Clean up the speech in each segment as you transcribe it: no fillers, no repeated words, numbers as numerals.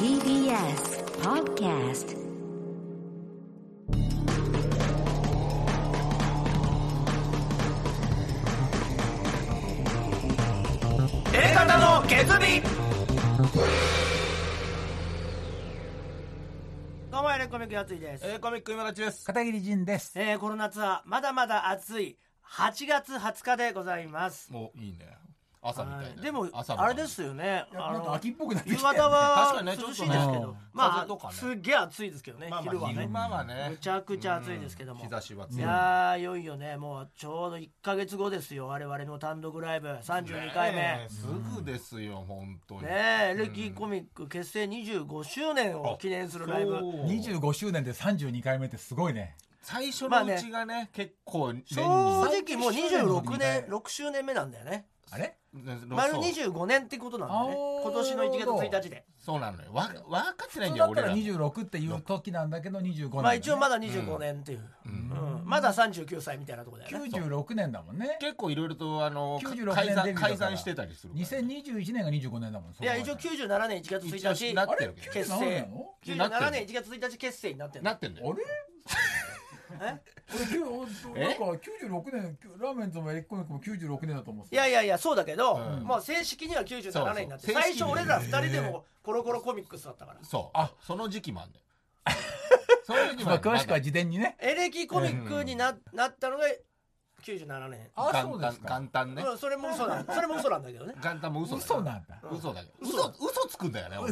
TBS Podcast。 A型の決意。どうもエレコミックやついです。 コミック今立ちです。 片桐仁です。 この夏はまだまだ暑い8月20日でございます。 もういいね。朝みたいな。 でもあれですよね。 なんか秋っぽくなってき夕て、ね、 方は確かにね涼しいですけど、まあすっげえ暑いですけどね。 まあ、 昼はね。 昼間はね。 むちゃくちゃ暑いですけども。 日差しは強い。 いやいよいよね、もうちょうど1ヶ月後ですよ。我々の単独ライブ32回目。 すぐですよ本当に。 ねエレキコミック結成25周年を記念するライブ。 25周年で32回目ってすごいね。 最初のうちがね、結構正直もう26年6周年目なんだよね。 あれ丸25年ってことなんだね。今年の1月1日で。 そうなのよ。分かってないんだよだったら26っていう時なんだけど25年、ね、 まあ一応まだ25年っていう、まだ39歳みたいなところだよね。 96年だもんね。 結構いろいろと改ざんしてたりするから、ね、 2021年が25年だもん。 いや一応97年1月1日なってる結成。97年1月1日結成になってる。 なってんだよ。 あれなんか96年ラーメンズもエレキコミックも96年だと思う。 いやそうだけど、もう正式には97年になって、最初俺ら2人でもコロコロコミックスだったから。 そうその時期もあんだよ。その時期も詳しくは事前にね。 エレキコミックになったのが97年。 あ、そうですか。 元旦ね。 それも嘘なんだけどね。 元旦も嘘なんだ。 嘘だけど。嘘つくんだよね。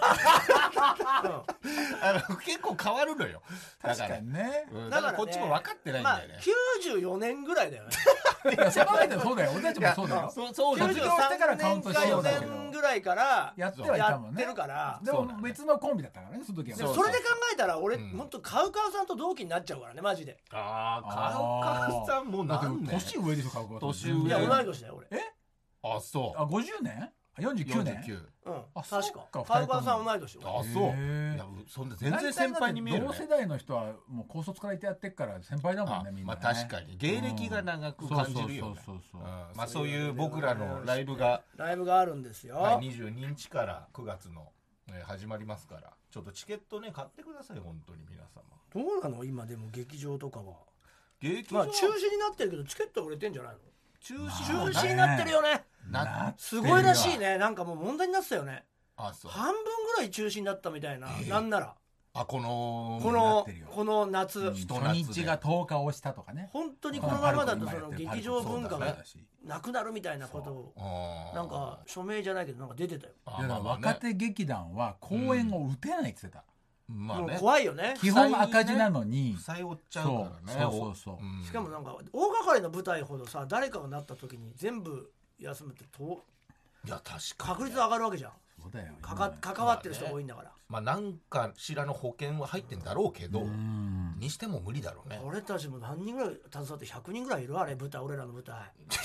結構変わるのよ。 確かにね。 だからこっちも分かってないんだよね。 94年ぐらいだよね。 そうだよ。俺たちもそうだよ。 そうだよ。 93年か4年ぐらいからやってはいたもんね。 やってるから。 でも別のコンビだったからね、その時は。 それで考えたら俺本当カウカウさんと同期になっちゃうからね、マジで。 カウカウさんもう何年？ 年上でしょ、カウカウさん。 年上。 いや同い年だよ俺。 あ、そう。 50年？49年？ 確かカウカウさん同い年よ。 あ、そう。いや、そんな全然先輩に見えるね。 同世代の人はもう高卒からいてやってっから先輩だもんね、みんな。 まあ確かに芸歴が長く感じるよね。まあそういう僕らのライブがあるんですよ。 22日から9月の始まりますから、ちょっとチケットね買ってください本当に皆様。 どうなの今でも劇場とかは。 まあ中止になってるけどチケット売れてんじゃないの？ 中止になってるよね。すごいらしいね。なんかもう問題になってたよね。 あ、そう。 半分ぐらい中止になったみたいな。なんなら。 この夏初日が10日押したとかね。 本当にこのままだとその劇場文化がなくなるみたいなことをなんか署名じゃないけどなんか出てたよ。 若手劇団は公演を打てないって言ってた。 もう怖いよね。 基本赤字なのに負債負っちゃうからね。 そうしかもなんか大掛かりの舞台ほどさ、誰かがなった時に全部休むっていや確かに確率上がるわけじゃん。 そうだよ。 関わってる人が多いんだから。 まあ何かしらの保険は入ってんだろうけど、にしても無理だろうね。 俺たちも何人ぐらい携わって100人ぐらいいる？あれ俺らの舞台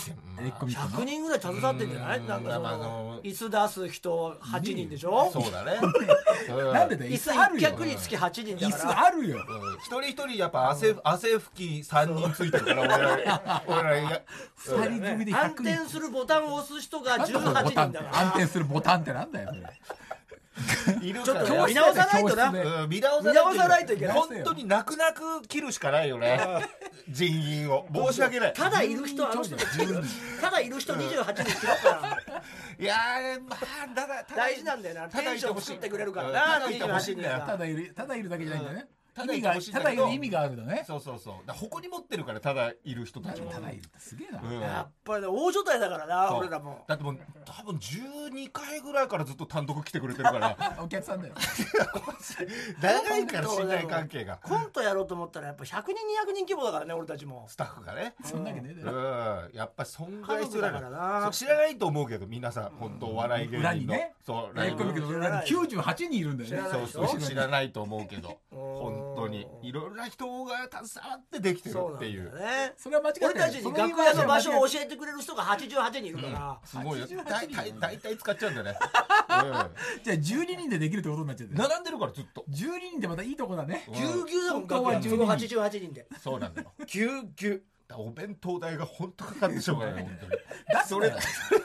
100 人ぐらい携わってんじゃない？なんかその椅子出す人8人でしょ。 そうだね。 なんでだよ。 椅子1脚につき8人だから。 椅子あるよ。 一人一人やっぱ汗拭き3人ついてるから俺ら 2人組で100人。 暗転するボタンを押す人が18人だから。 暗転するボタンってなんだよそれ。 ちょっと見直さないとな。見直さないといけない。 本当に泣く切るしかないよね。人員を申し訳ない。 ただいる人ただいる人28人切ろうかな。 いやまあ大事なんだよな。テンション作ってくれるからな。28人がただいるだけじゃないんだよね。 ただいる意味があるのね。 そう誇り持ってるからただいる人たちもただいるってすげえな。 やっぱり大所帯だからな俺らも。 だってもう多分12回ぐらいからずっと単独来てくれてるからお客さんだよ。 長いから信頼関係が。 コントやろうと思ったらやっぱ100人200人規模だからね俺たちも。 スタッフがね。 そんだけねえだよ。 やっぱそんぐらい必要だからな。知らないと思うけど皆さん本当お笑い芸人のそうライブコミックの裏に98人いるんだよね。 そう知らないと思うけど本当にいろんな人が携わってできてるっていう。 それは間違ってない。 俺たちに楽屋の場所を教えてくれる人が88人いるから。 すごいよ。大体使っちゃうんだよね。 じゃあ12人でできるってことになっちゃって並んでるからずっと 12人でまたいいとこだね。 ぎゅうぎゅうだもん。楽屋88人で。 そうなんだよ。 ぎゅうぎゅう。 お弁当代が本当かかってしょうがない本当に。 それ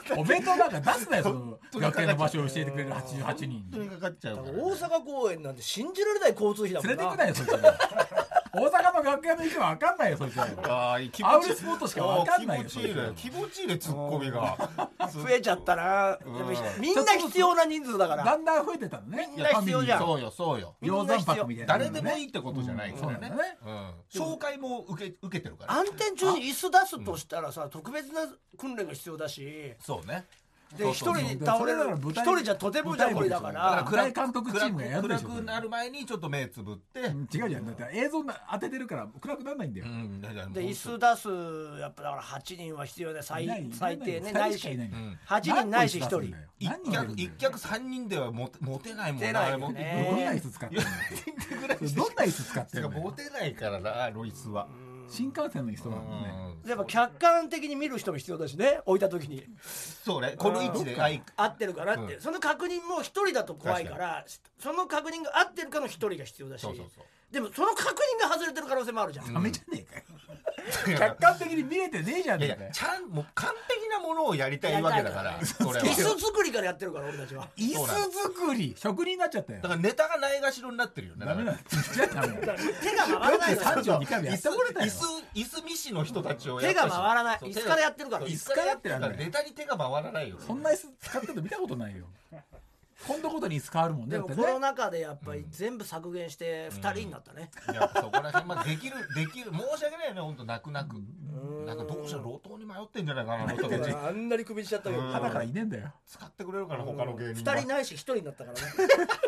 お弁当なんか出すなよ、その学園の場所を教えてくれる88人本当にかかっちゃうからね。 大阪公演なんて信じられない交通費だもんな。 連れてくなよ、そいつら。大阪の学園の行くの分かんないよ、そいつら。 あー気アウ持ちレスポットしか分かんないよ、 気持ちいいね、気持ちいいね、ツッコミが。 増えちゃったな。でもみんな必要な人数だから。 だんだん増えてたのね。 みんな必要じゃん。 そうよ、そうよ。 鷹山泊みたいな。 誰でもいいってことじゃないからね。紹介も受けてるから。 暗転中に椅子出すとしたらさ、特別な訓練が必要だし。 そうね。 で一人に倒れる、一人じゃとてもじゃ無理だから。 暗い監督チームがやるでしょ。 暗くなる前にちょっと目つぶって。 違うじゃん。だって映像当ててるから暗くならないんだよ。 で椅子出すやっぱだから8人は必要で最低ね、ないし8人ないし1人。 一脚3人では持てないもんね。 どんな椅子使ってるの？どんな椅子使ってるの？ 持てないからな、ロイスは。 新幹線の人だもんね。 やっぱ客観的に見る人も必要だしね、置いた時に。 そうね、この位置で合ってるからって、その確認も一人だと怖いから、その確認が合ってるかの一人が必要だし。でもその確認が外れてる可能性もあるじゃん。 ダメじゃねえかよ。客観的に見れてねえじゃねえかよ。 ちゃんもう完璧なものをやりたいわけだから。 椅子作りからやってるから俺たちは。 椅子作り、職人になっちゃったよ。 だからネタがないがしろになってるよね。 ダメだ。 手が回らない。 32回もやってもらったよ。 椅子見師の人たちを手が回らない。椅子からやってるから。 椅子からやってるからネタに手が回らないよ。 そんな椅子使ってるの見たことないよ。今度ごとに椅子変わるもんね。 でもコロナ禍でやっぱり全部削減して2人になったね。 やっぱそこら辺までできる申し訳ないよね、本当泣くなんかどうしたら路頭に迷ってんじゃないかな、あの人たち。 あんなに首しちゃったけど肌からいねえんだよ。 使ってくれるから他の芸人 2人ないし1人になったからね。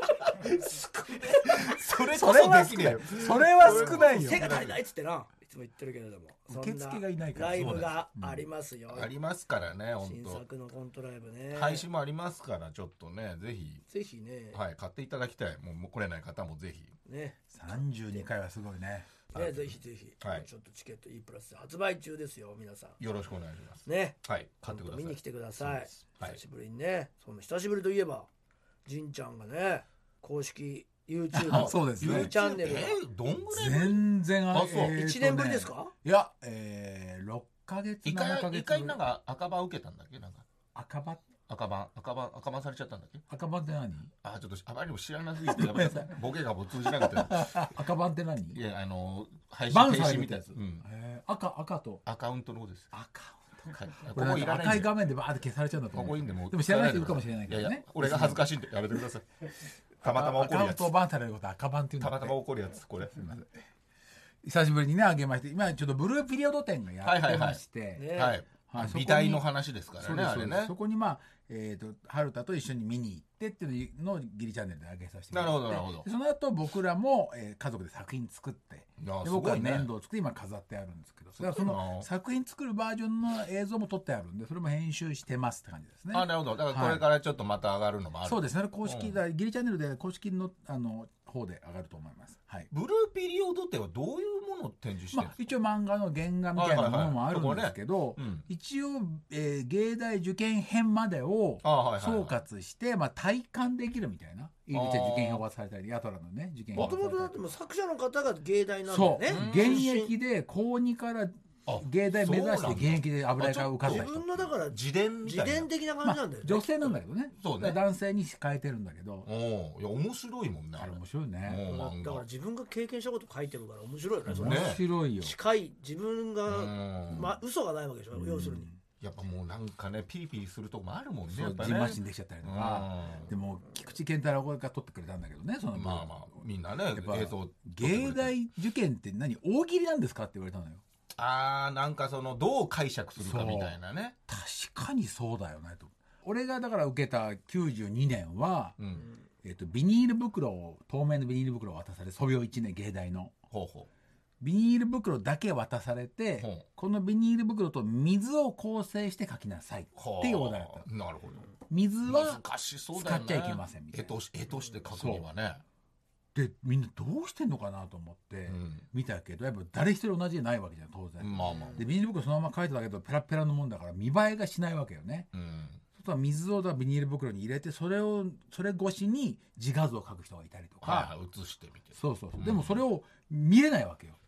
それこそできねえよ。 それは少ないよ。 手が足りないっつってないつも言ってるけれども、 受付がいないからライブがありますよ。 ありますからね、本当。 新作のコントライブね。 配信もありますからちょっとね、ぜひね、 はい、買っていただきたい。もう来れない方もぜひね。 32回はすごいね。 ね、ぜひちょっとチケット E プラスで発売中ですよ、皆さん。 よろしくお願いします。 ね、 はい、買ってください。 見に来てください。久しぶりにね、その久しぶりといえば、じんちゃんがね、公式YouTube そうですね。 U チャンネルがどんぐらい全然 1年ぶりですか？ いや、6ヶ月7ヶ月。 一回なんか赤バン受けたんだっけ？なんか赤バンされちゃったんだっけ？ 赤バンって何？ ちょっとあまりにも知らなすぎてボケがもう通じなかった赤バンって何？ いや配信停止みたいなやつ。 赤とアカウントの方です。 ここ赤い画面でバーって消されちゃうんだと思う。 ここいいんでもでも知らない人いるかもしれないけどね。 俺が恥ずかしいんでやめてください。たまたま起こるやつ。 アカウントをバンされることは赤バンっていうんだ。 たまたま起こるやつ、これ。すみません。 久しぶりにね、あげまして、今ちょっとブルーピリオド展がやってまして、 はい。美大の話ですからね、あれね。 そこに春田と一緒に見に行ってっていうのをギリチャンネルで上げさせてもらって、 なるほど。 その後僕らも家族で作品作って、僕は粘土を作って今飾ってあるんですけど、だからその作品作るバージョンの映像も撮ってあるんで、それも編集してますって感じですね。 なるほど。だからこれからちょっとまた上がるのもある。 そうですね。公式ギリチャンネルで公式の方で上がると思います。はい。 ブルーピリオド展はどういうものを展示してるんですか？ 一応漫画の原画みたいなものもあるんですけど、一応芸大受験編までを総括して、体感できるみたいな。入り口受験編を渡されたり、ヤトラのね受験編。 もともとだっても作者の方が芸大なんだよね。 そう。現役で高2から芸大目指して現役で油絵が受かった人。 自分のだから自伝的な感じなんだよね。 女性なんだけどね。 そうね。 男性に変えてるんだけど。 いや面白いもんね。 あれ面白いね。 だから自分が経験したこと書いてるから面白いよね。 面白いよ。 近い自分が嘘がないわけでしょ。要するに。 やっぱもうなんかねピリピリするとこもあるもんね。 ジンマシンできちゃったりとか。でも菊池健太郎が撮ってくれたんだけどね。 みんなね映像。 芸大受験って何大喜利なんですかって言われたのよ。 なんかどう解釈するかみたいなね。 確かにそうだよねと。俺がだから受けた92年は、ビニール袋透明のビニール袋を渡され、素養1年芸大の。ビニール袋だけ渡されて、このビニール袋と水を構成して書きなさいっていうオーダーだった。 なるほど。 水は使っちゃいけませんみたいな。 絵として書くにはね。 でみんなどうしてんのかなと思って見たけど、やっぱ誰一人同じじゃないわけじゃん当然。でビニール袋そのまま書いただけどペラペラのもんだから見栄えがしないわけよね。そう水をビニール袋に入れてそれ越しに自画像を描く人がいたりとか、 写してみて。 そう。でもそれを見れないわけよ。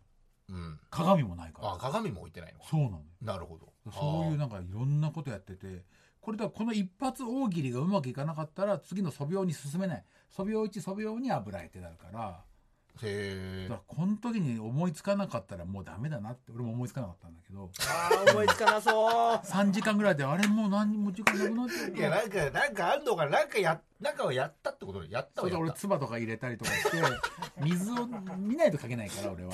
鏡もないから。 鏡も置いてないの。 そうなの。 なるほど。 そういうなんかいろんなことやってて、 これだこの一発大喜利がうまくいかなかったら次の素描に進めない。素描1素描2油絵ってなるから。 へえ。 だからこの時に思いつかなかったらもうダメだなって俺も思いつかなかったんだけど。 思いつかなそう 3時間ぐらいであれもう何も時間なくなっちゃう。 いやなんかあんのかなんかをやったってことでやったわ。 俺唾とか入れたりとかして水を見ないとかけないから俺は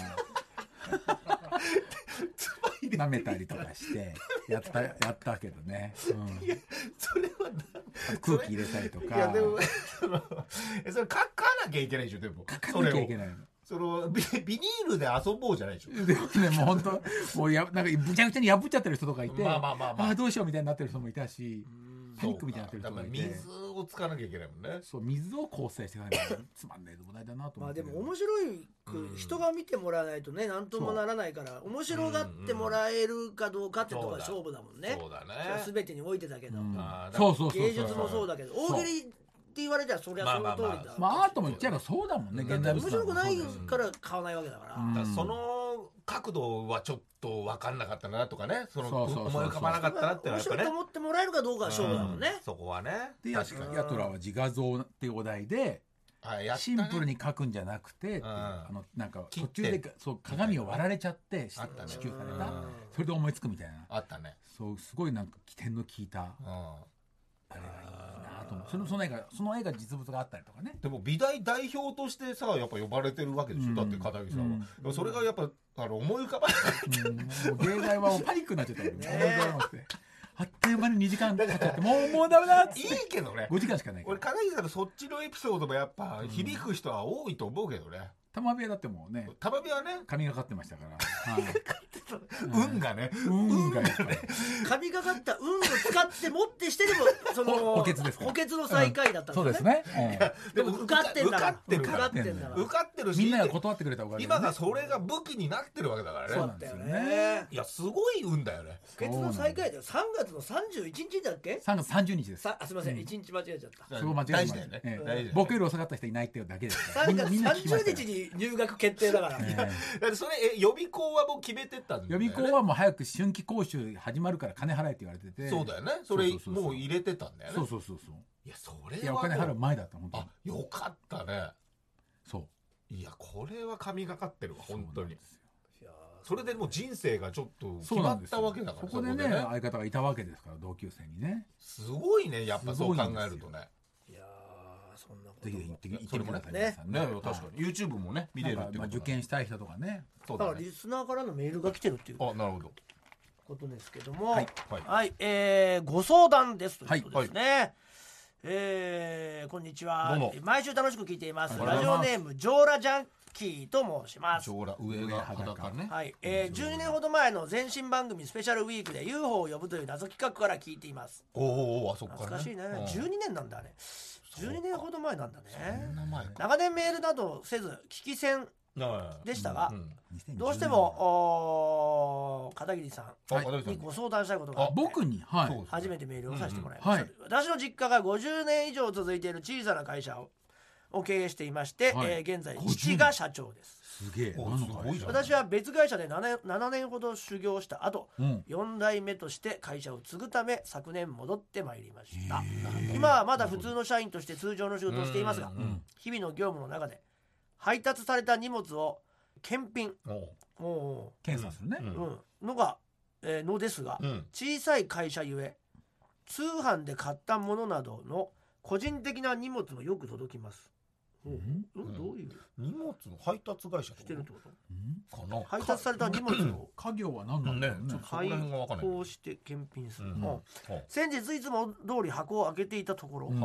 舐めたりとかしてやったけどね、 いやそれは空気入れたりとか。 いやでもそれ書かなきゃいけないでしょ。でも書かなきゃいけないの。 そのビニールで遊ぼうじゃないでしょ。 でもねもう本当もうなんかぐちゃぐちゃに破っちゃってる人とかいて、 まあどうしようみたいになってる人もいたし、パニックみたいになってる人がいて、 水をつかなきゃいけないもんね。 そう水を構成していかないとつまんない問題だなと思って。 でも面白い人が見てもらわないとねなんともならないから、面白がってもらえるかどうかってとこが勝負だもんね。 そうだね。 全てにおいてだけど、 そう芸術もそうだけど大喜利って言われたらそりゃその通りだ。 アートも言っちゃえばそうだもんね。現代面白くないから買わないわけだから。 その角度はちょっと分かんなかったなとかね、その思い浮かばなかったなってのはやっぱね。 面白いと思ってもらえるかどうかが勝負だもんね。 そこはね。 でヤトラは自画像っていうお題でシンプルに描くんじゃなくて、なんか途中でそう鏡を割られちゃって支給された。それで思いつくみたいな。 あったね。 そうすごいなんか起点の効いた。あれがいいなと思う。その映画実物があったりとかね。 でも美大代表としてさやっぱ呼ばれてるわけでしょ。だって片桐さんは。それがやっぱ思い浮かばない。 芸大はもうパニックになっちゃったわけ。あっという間に2時間経っちゃってもうダメだっつって。 いいけどね。 5時間しかないから。 俺片桐さんのそっちのエピソードもやっぱ響く人は多いと思うけどね。 玉部屋だってもうね。 玉部屋ね。 神がかってましたから。 運がね。 運がね。 神がかった運を使ってもってしてでもその補欠ですから。 補欠の最下位だったんですね。 でも受かってんだから。 受かってるし。 みんなが断ってくれたおかげで。 今がそれが武器になってるわけだからね。 そうなんですよね。 いやすごい運だよね。 補欠の最下位だよ。3月の31日だっけ ？3月30日です。 すみません、1日間違えちゃった。 そこ間違えましたね。僕より遅かった人いないっていうだけです。 3月30日に入学決定だから。 それ予備校はもう決めてたんだよね。 予備校はもう早く春季講習始まるから金払えって言われてて。 そうだよね。それもう入れてたんだよね。 そう。 いやそれは。 いやお金払う前だった本当に。 あよかったね。 そう。 いやこれは神がかってるわ本当に。それでもう人生がちょっと決まったわけだから。 そこでね相方がいたわけですから同級生にね。 すごいねやっぱそう考えるとね。 いやそんなことぜひ行ってみてくださいね。確かに YouTube もね見れるっていう。 受験したい人とかね。 だからリスナーからのメールが来てるっていうことですけども、ご相談ですということですね。こんにちは。毎週楽しく聞いています。ラジオネームジョーラジャンキーと申します。 ジョーラ上が裸ね。 はい。12年ほど前の前身番組スペシャルウィークで UFO を呼ぶという謎企画から聞いています。 おあそっかね。 懐かしいね。12年なんだね。12年ほど前なんだね。 そんな前か。 長年メールなどせず聞き戦でしたが、どうしても片桐さんにご相談したいことがあって、 僕に初めてメールをさせてもらいました。私の実家が50年以上続いている小さな会社を経営していまして、現在父が社長です。 すげえ。 私は別会社で7年ほど修行した後、4代目として会社を継ぐため昨年戻ってまいりました。今はまだ普通の社員として通常の仕事をしていますが、日々の業務の中で配達された荷物を検品検査するねのですが、小さい会社ゆえ通販で買ったものなどの個人的な荷物もよく届きます。どういう荷物の配達会社してるってことかな。 配達された荷物を家業は何なんだろうね。 配送して検品する。先日いつも通り箱を開けていたところ、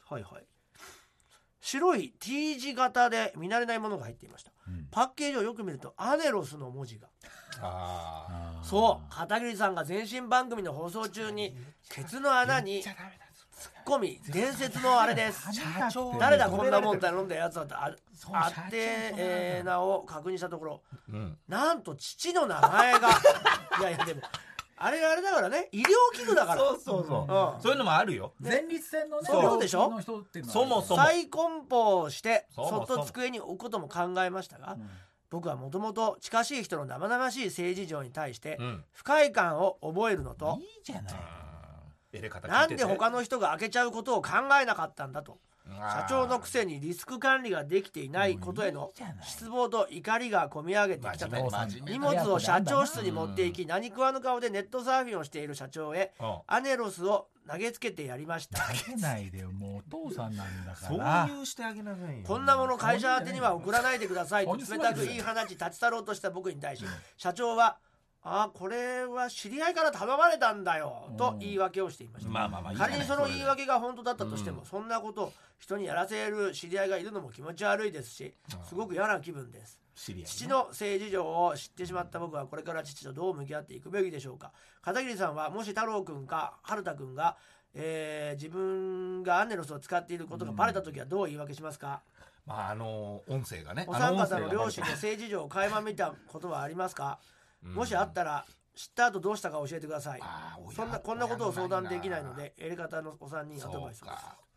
白い T 字型で見慣れないものが入っていました。パッケージをよく見るとアネロスの文字が。そう片桐さんが前身番組の放送中にケツの穴に突っ込み伝説のあれです。誰だこんなもん頼んだやつだとあって名を確認したところ、なんと父の名前がいやでもあれだからね、医療器具だから。 そういうのもあるよ。 前立腺のね、 そうでしょ。 そもそも再梱包してそっと机に置くことも考えましたが、僕はもともと近しい人の生々しい性事情に対して不快感を覚えるのと、 なんで他の人が開けちゃうことを考えなかったんだと、社長のくせにリスク管理ができていないことへの失望と怒りがこみ上げてきたと、荷物を社長室に持っていき何食わぬ顔でネットサーフィンをしている社長へアネロスを投げつけてやりました。 投げないでよ、もうお父さんなんだから。 そういうしてあげなさいよ。 こんなもの会社宛てには送らないでくださいと冷たく言い放ち立ち去ろうとした僕に対し、社長はこれは知り合いから頼まれたんだよと言い訳をしていました。仮にその言い訳が本当だったとしても、そんなことを人にやらせる知り合いがいるのも気持ち悪いですし、すごく嫌な気分です。父の性事情を知ってしまった僕はこれから父とどう向き合っていくべきでしょうか。片桐さんはもし太郎くんか春太くんが、自分がアネロスを使っていることがバレた時はどう言い訳しますか。 音声がね、 お三方の両親の性事情を垣間見たことはありますか。もしあったら知った後どうしたか教えてください。こんなことを相談できないのでエレカタのお三人アドバイスです。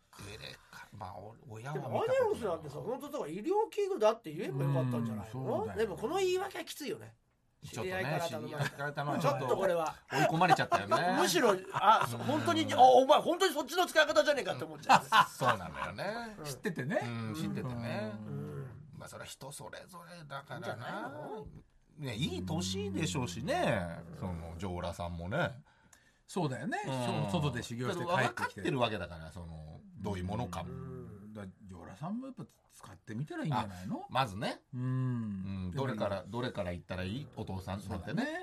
でもアネロスなんてさ、本当だから医療器具だって言えばよかったんじゃないの。でもこの言い訳はきついよね。 ちょっとね、 ちょっとこれは追い込まれちゃったよね。 むしろ本当にお前本当にそっちの使い方じゃねえかって思っちゃう。 そうなんだよね。 知っててね。 知っててね。まあそれは人それぞれだからな。ね、いい年でしょうしね、そのジョーラさんもね。 そうだよね、外で修行して帰ってきて分かってるわけだから、どういうものかも。 ジョーラさんもやっぱ使ってみたらいいんじゃないの。 まずね、どれから言ったらいい、お父さんなんてね。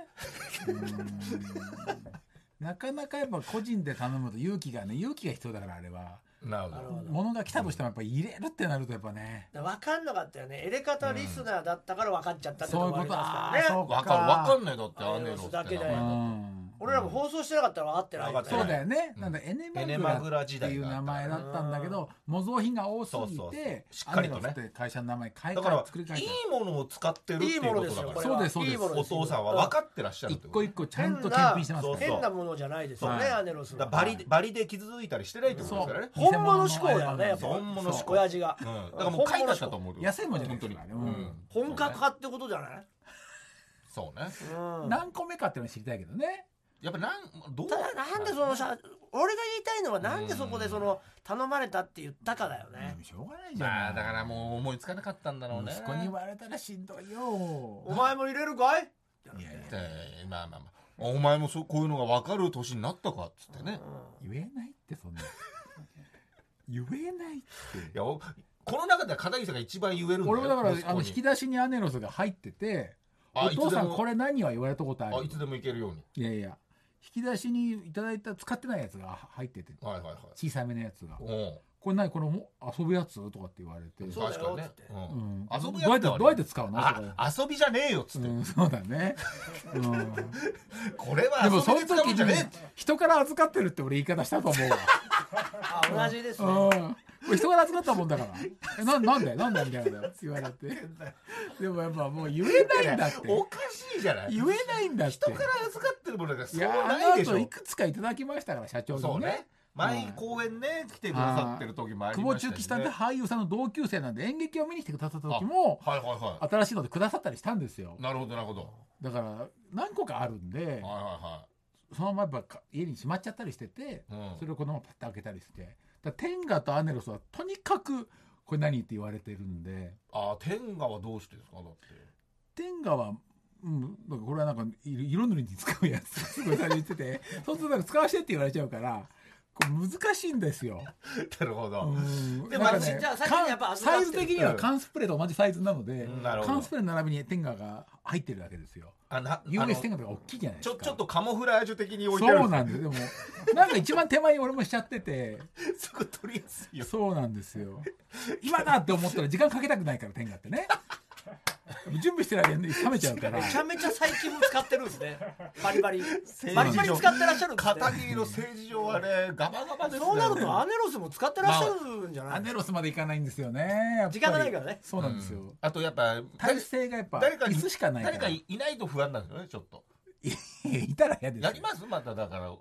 なかなかやっぱ個人で頼むと勇気が必要だから、あれは。 なるほど。 物が来たとしてもやっぱ入れるってなるとやっぱね、 分かんなかったよね。エレカタリスナーだったから分かっちゃったってとこありますからね。 分かんない。だってアネロスだけだよ。俺らも放送してなかったら分かってない。 そうだよね。なんでエネマグラっていう名前だったんだけど、模造品が多すぎてしっかりとね、 会社の名前変えだからいいものを使ってるっていうことだから。 そうですそうです。 お父さんは分かってらっしゃる。 一個一個ちゃんと検品してますから。 変なものじゃないですよね、アネロス。 バリで傷ついたりしてないってことですからね。 本物志向だよね。 本物志向。 親父が。 だからもう書いてあったと思う。 安いもんじゃない本当に。 本格派ってことじゃない。 そうね。 何個目かっていうの知りたいけどね。 やっぱなんで俺が言いたいのはなんでそこで頼まれたって言ったかだよね。 しょうがないじゃん。 だからもう思いつかなかったんだろうね。 息子に言われたらしんどいよ。 お前も入れるかい。 まあお前もこういうのが分かる年になったかっつってね。 言えないってそんな。言えないって。 いやこの中では片桐さんが一番言えるんだよ。 俺もだから引き出しにアネロスが入ってて、お父さんこれ何は言われたことある。 いつでもいけるように。 いや引き出しにいただいた使ってないやつが入ってて、小さめのやつが、これ何この遊ぶやつとかって言われて、 そうだよって、 遊ぶやつどうやって使うの。 遊びじゃねえよっつって、 そうだね。 これはでもその時に人から預かってるって俺言い方したと思うわ。 同じですね。 人から預かったもんだからなんでみたいな言われて、でもやっぱもう言えないんだって。 おかしいじゃない。 言えないんだって。 人から預かってるものがそうないでしょ。 あの後いくつかいただきましたから、社長にね。 前公演ね来てくださってる時もありましたね。 久保中吉さんって俳優さんの同級生なんで演劇を見に来てくださった時も新しいのでくださったりしたんですよ。 なるほどなるほど。 だから何個かあるんで、そのままやっぱ家にしまっちゃったりしてて、それをこのままパッと開けたりして、テンガとアネロスはとにかくこれ何って言われてるんで。 テンガはどうしてですか。だってテンガはこれはなんか色塗りに使うやつすごい言ってて、そうすると使わせてって言われちゃうからこれ難しいんですよ。 なるほど。 でもじゃあサイズ的には缶スプレーと同じサイズなので、缶スプレーの並びにテンガが入ってるわけですよ。US テンガとか大きいじゃないですか。 ちょっとカモフラージュ的に置いてある。 そうなんです。でもなんか一番手前に俺もしちゃっててそこ取りやすいよ。 そうなんですよ。今だって思ったら時間かけたくないからテンガってね。準備してる間に冷めちゃうから。 めちゃめちゃ最近も使ってるんですね。バリバリ使ってらっしゃるんですね。 片桐の政治上はねガバガバですね。 そうなるとアネロスも使ってらっしゃるんじゃない。 アネロスまでいかないんですよね。 時間がないからね。 そうなんですよ。 あとやっぱ体勢がやっぱ椅子しかないから。 誰かいないと不安なんですよねちょっと。 いたら嫌です。 やりますまただから。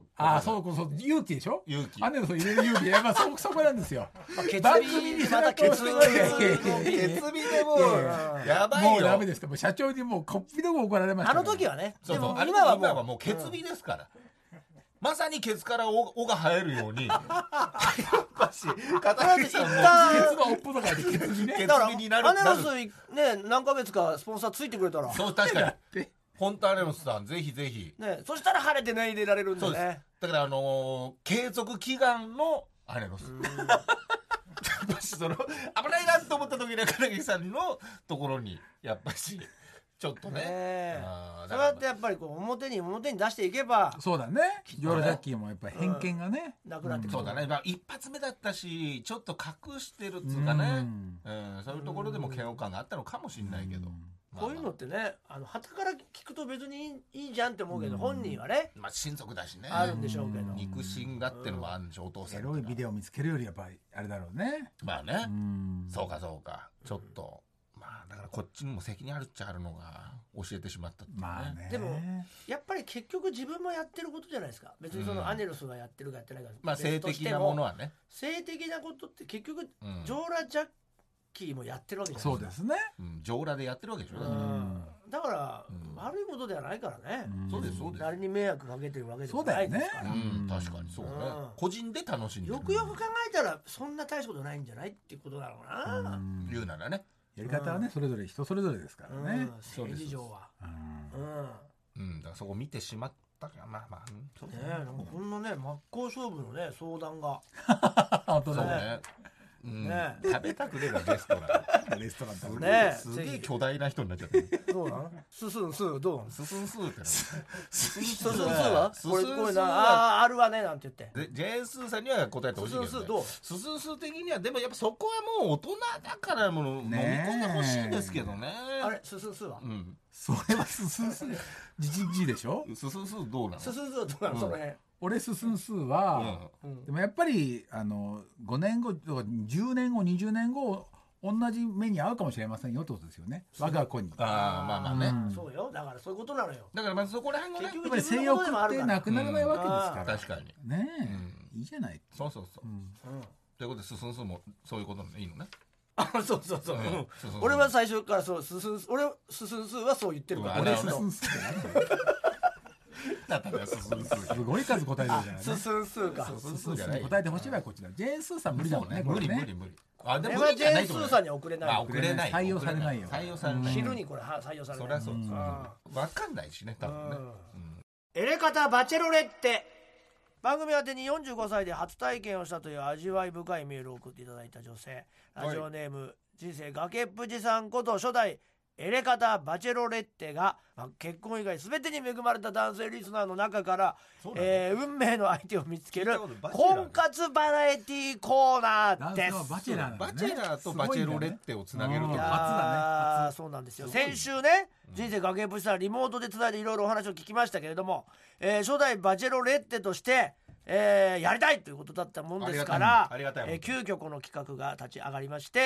そう勇気でしょ。 勇気。 アネロス入れる勇気やっぱそこなんですよ。 番組にまた決意でもやばいよ。 もうダメです。もう社長にもうこっぴどく怒られました。 あの時はね。 でも今はもう決意ですから。 まさにケツから尾が生えるようにやっぱし片桐さんもケツの尾っぽとかでケツにね。 ケツだからにになるアネロスね何ヶ月かスポンサーついてくれたらそう確かに本当アネロスさんぜひぜひね、そしたら晴れてね入れられるんでそうですね。 だから継続祈願のアネロスやっぱしその危ないなと思った時には片桐さんのところにやっぱしちょっとねそうやってやっぱりこう表に出していけばそうだね。ジョーラ・ジャッキーもやっぱり偏見がね、 なくなってくる。 そうだね、まあ、一発目だったしちょっと隠してるっつうかね、そういうところでも嫌悪感があったのかもしれないけど、 こういうのってね傍から聞くと別にいいじゃんって思うけど、本人はね、 まあ親族だしねあるんでしょうけど、 肉親がってのもあるんでしょ、お父さんエロいビデオを見つけるよりやっぱりあれだろうね。 まあね、そうかちょっとまあだからこっちにも責任あるっちゃあるのが教えてしまったっていうね、 まあね。 でもやっぱり結局自分もやってることじゃないですか。別にそのアネロスがやってるかやってないか、 まあ性的なものはね、 性的なことって結局、ジョーラ・ジャッキーもやってるわけじゃないですか。 そうですね。 ジョーラでやってるわけでしょ、 だから、悪いことではないからね、 そうですそうです、 誰に迷惑かけてるわけでもないですから。 確かにそうね、個人で楽しんでる、 よくよく考えたらそんな大したことないんじゃないっていうことだろうな、 言うならね、 やり方はね、それぞれ人それぞれですからね。 政治上はだからそこ見てしまったからまあそうね。なんかこんなね真っ向勝負のね相談が本当そうだね。 ね、食べたくねえなレストランレストランだね、 すげえ巨大な人になっちゃってどうなのススンスーどうなのススンスーってススンスーはこれなあるわねなんて言ってジェーンスーさんには答えてほしいけど、ね、 ススンスーどうススンスー的にはでもやっぱそこはもう大人だからもう飲み込んでほしいですけどね。 あれススンスーはそれはススンスーGGでしょ。 ススンスーどうなの。 ススンスーはどうなのその辺。 俺ススンスーは、でもやっぱり5年後とか10年後20年後同じ目に遭うかもしれませんよってことですよね、我が子に。 まあね、 そうよ、だからそういうことなのよ。 だからまずそこら辺がね、 やっぱり性欲ってなくならないわけですから、 確かにねえ、いいじゃない。 そうということでススンスーもそういうことでいいのね。 そう俺は最初からそうススンスンスーはそう言ってるから。 俺ススンスーすごい数答えてるじゃない。 ススンスーか。 ススンスーに答えてほしいわこっちだ。ジェーンスーさん無理だもんね。 無理。 あでもジェーンスーさんには送れない。 採用されないよ。 昼にこれ採用されない。 そりゃそう。分かんないしね多分ね。 エレカタバチェロレッテ。番組宛てに45歳で初体験をしたという味わい深いメールを送っていただいた女性、ラジオネーム人生崖っぷちさんこと初代エレカタバチェロレッテが、結婚以外全てに恵まれた男性リスナーの中から、運命の相手を見つける婚活バラエティコーナーです。 バチェラーとバチェロレッテをつなげると初だね。そうなんですよ。先週ね、人生崖っぷちさんリモートでつないでいろいろお話を聞きましたけれども、初代バチェロレッテとしてやりたいということだったもんですから、急遽この企画が立ち上がりまして、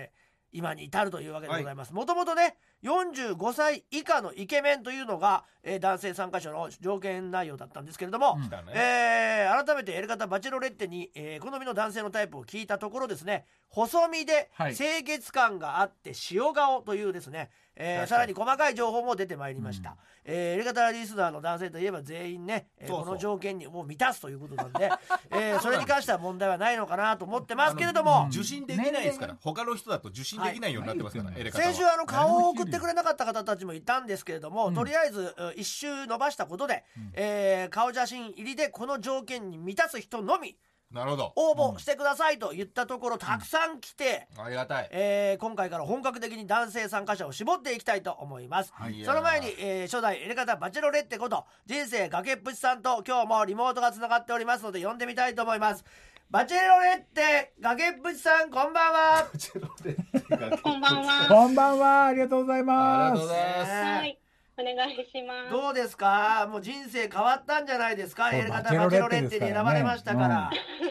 今に至るというわけでございます。もともとね45歳以下のイケメンというのが、男性参加者の条件内容だったんですけれども、改めてやり方バチェロレッテに、好みの男性のタイプを聞いたところですね、細身で清潔感があって塩顔というですね、さらに細かい情報も出てまいりました。やり方リスナーの男性といえば全員ね、この条件にもう満たすということなんで、それに関しては問題はないのかなと思ってますけれども、 受信できないですから、他の人だと受信できないようになってますから、 先週顔を送ってくれなかった方たちもいたんですけれども、とりあえず一周伸ばしたことで、顔写真入りでこの条件に満たす人のみ応募してくださいと言ったところ、たくさん来て、 ありがたい。 今回から本格的に男性参加者を絞っていきたいと思います。その前に、初代エレカタバチェロレッテこと人生崖っぷちさんと今日もリモートがつながっておりますので呼んでみたいと思います。バチェロレッテ崖っぷちさん、こんばんは。 こんばんは。 こんばんは。ありがとうございます。 はい、お願いします。 どうですか、もう人生変わったんじゃないですか、エレカタバチェロレッテに選ばれましたから。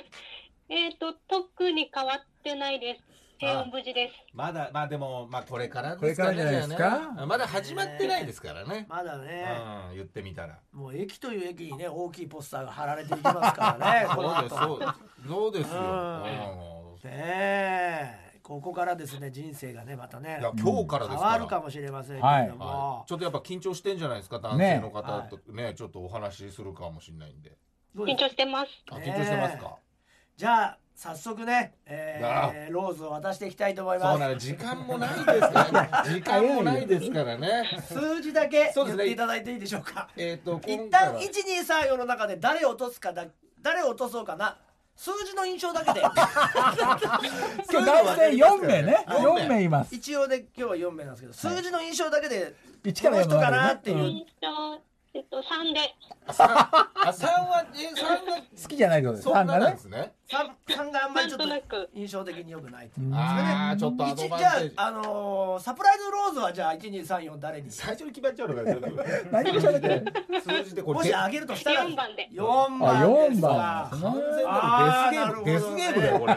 特に変わってないです。平穏無事です。 まだでもこれからですかね。これからじゃないですか。 まだ始まってないですからね。 まだね。 言ってみたら。 もう駅という駅にね大きいポスターが貼られていきますからね。 そうですよ。 ねえ、 ここからですね人生がねまたねいや今日からですから変わるかもしれませんけれども、 ちょっとやっぱ緊張してんじゃないですか男性の方とねちょっとお話しするかもしれないんで。 緊張してます。 緊張してますか。 じゃあ早速ね、ローズを渡していきたいと思います。 そうなの時間もないですから時間もないですからね。 数字だけ言っていただいていいでしょうか。一旦1234の中で誰を落とそうかな数字の印象だけで今日男性4名ね4名います。 一応で今日は4名なんですけど、数字の印象だけで 1から4 人かなっていう、 印象3で。 3は好きじゃないけど3がね 3があんまりちょっと印象的に良くないっていう。 ああちょっとアドバンテージ。 じゃあサプライズローズはじゃあ1234誰に最初に決まっちゃうのかよ。 何もしゃべってない数字でこれもしあげるとしたら 4番で。 4番ですか。 完全なるデスゲームだよこれ。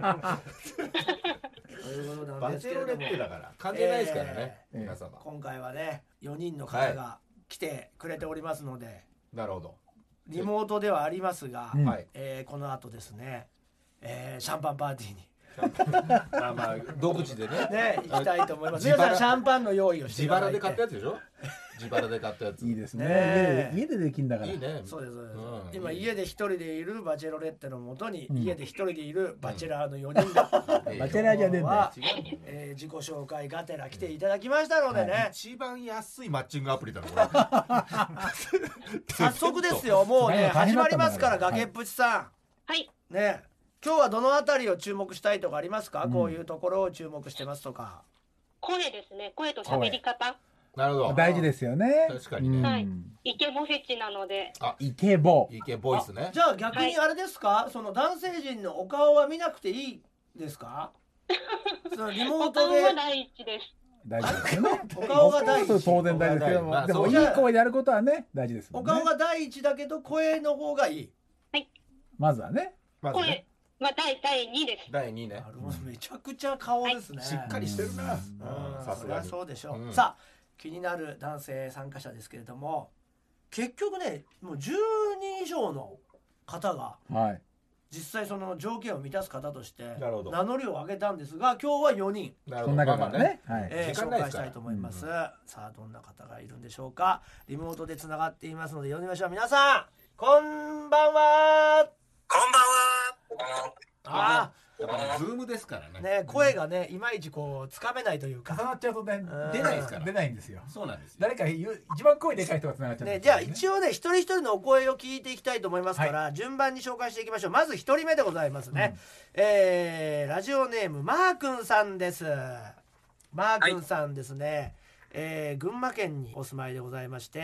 バチェロレッテだから関係ないですからね皆様。 今回はね4人の方が来てくれておりますので、 なるほどリモートではありますが、この後ですね、シャンパンパーティーにまあ独自でね行きたいと思います。皆さんシャンパンの用意をしていただいて。 自腹で買ったやつでしょ。自腹で買ったやつ。 いいですね。家でできんだから。 いいね。 そうです。今家で一人でいるバチェロレッテのもとに家で一人でいるバチェラーの4人がバチェラーじゃねえんだよ。自己紹介がてら来ていただきましたのでね。 一番安いマッチングアプリだろこれ。早速ですよ。もうね始まりますから崖っぷちさん。 はい。 ね。今日はどのあたりを注目したいとかありますか？こういうところを注目してますとか。 声ですね。声と喋り方。 なるほど。 大事ですよね。 確かにね。 はい。イケボフェチなので。 イケボイスね。 じゃあ逆にあれですか？その男性陣のお顔は見なくていいですか？そのリモートで。 お顔は第一です。 大事ですよね。 お顔が第一。 当然大事ですけども、でもいい声でやることはね大事ですもんね。 お顔が第一だけど声の方がいい。 はい。 まずはね。 声。まあ第2です。 第2ね。 めちゃくちゃ顔ですね。 しっかりしてるな。 さすがそうでしょう。さあ気になる男性参加者ですけれども、結局ねもう10人以上の方が実際その条件を満たす方として名乗りを上げたんですが、今日は4人その中からね紹介したいと思います。さあどんな方がいるんでしょうか。リモートでつながっていますので呼んでみましょう。皆さんこんばんは。 こんばんは。 やっぱズームですからね。 声がねいまいちこうつかめないというか重なっちゃうとね出ないですから。 出ないんですよ。 そうなんですよ。 誰か一番声でかい人がつながっちゃう。 じゃあ一応ね一人一人のお声を聞いていきたいと思いますから順番に紹介していきましょう。まず一人目でございますね。ラジオネームマー君さんです。マー君さんですね。群馬県にお住まいでございまして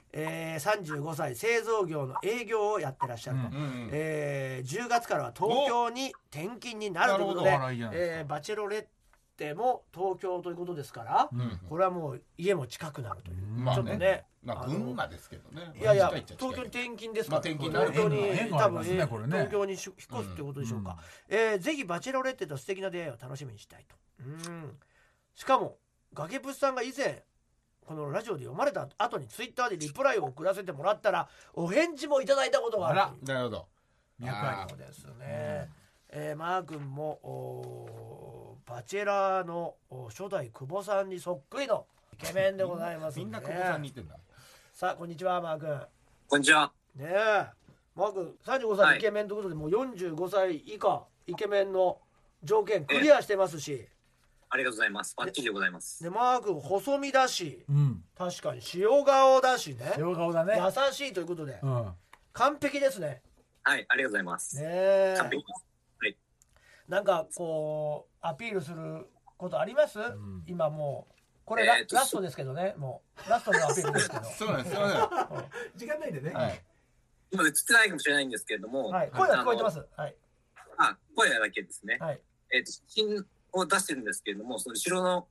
、35歳製造業の営業をやってらっしゃると、10月からは東京に転勤になるということで、バチェロレッテも東京ということですから、これはもう家も近くなるという、ちょっとね群馬ですけどね。 いやいや東京に転勤ですから、東京に多分東京に引っ越すってことでしょうか。ぜひバチェロレッテと素敵な出会いを楽しみにしたいと。しかも崖っぷちさんが以前このラジオで読まれた後にツイッターでリプライを送らせてもらったらお返事もいただいたことがある。 なるほど。 脈ありですね。マー君もバチェラーの初代久保さんにそっくりのイケメンでございます、 みんな久保さんに似てんだ。 さあこんにちはマー君。 こんにちは。 ねえマー君35歳イケメンということで、もう45歳以下イケメンの条件クリアしてますし、 ありがとうございます。バッチリでございます。 でマー君細身だし、確かに塩顔だしね。 塩顔だね。 優しいということで、完璧ですね。 はい、ありがとうございます。 ね、 完璧です。はい。 なんかこうアピールすることあります？今もうこれラストですけどね、もうラストのアピールですけど。 そうなんですよ。 時間ないんでね。 今映ってないかもしれないんですけれども、 声は聞こえてます。はい。 声だけですね。 はい。 写真を出してるんですけれども、その後ろの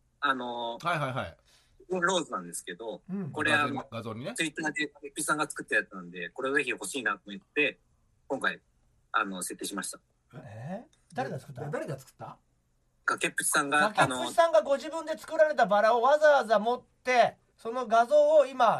ローズなんですけど、これ画像にね、 ツイッターでピさんが作ったやつなんで、これをぜひ欲しいなと思って今回設定しました。 誰が作った？ 崖っぷちさんが崖っぷちさんがご自分で作られたバラをわざわざ持って、その画像を今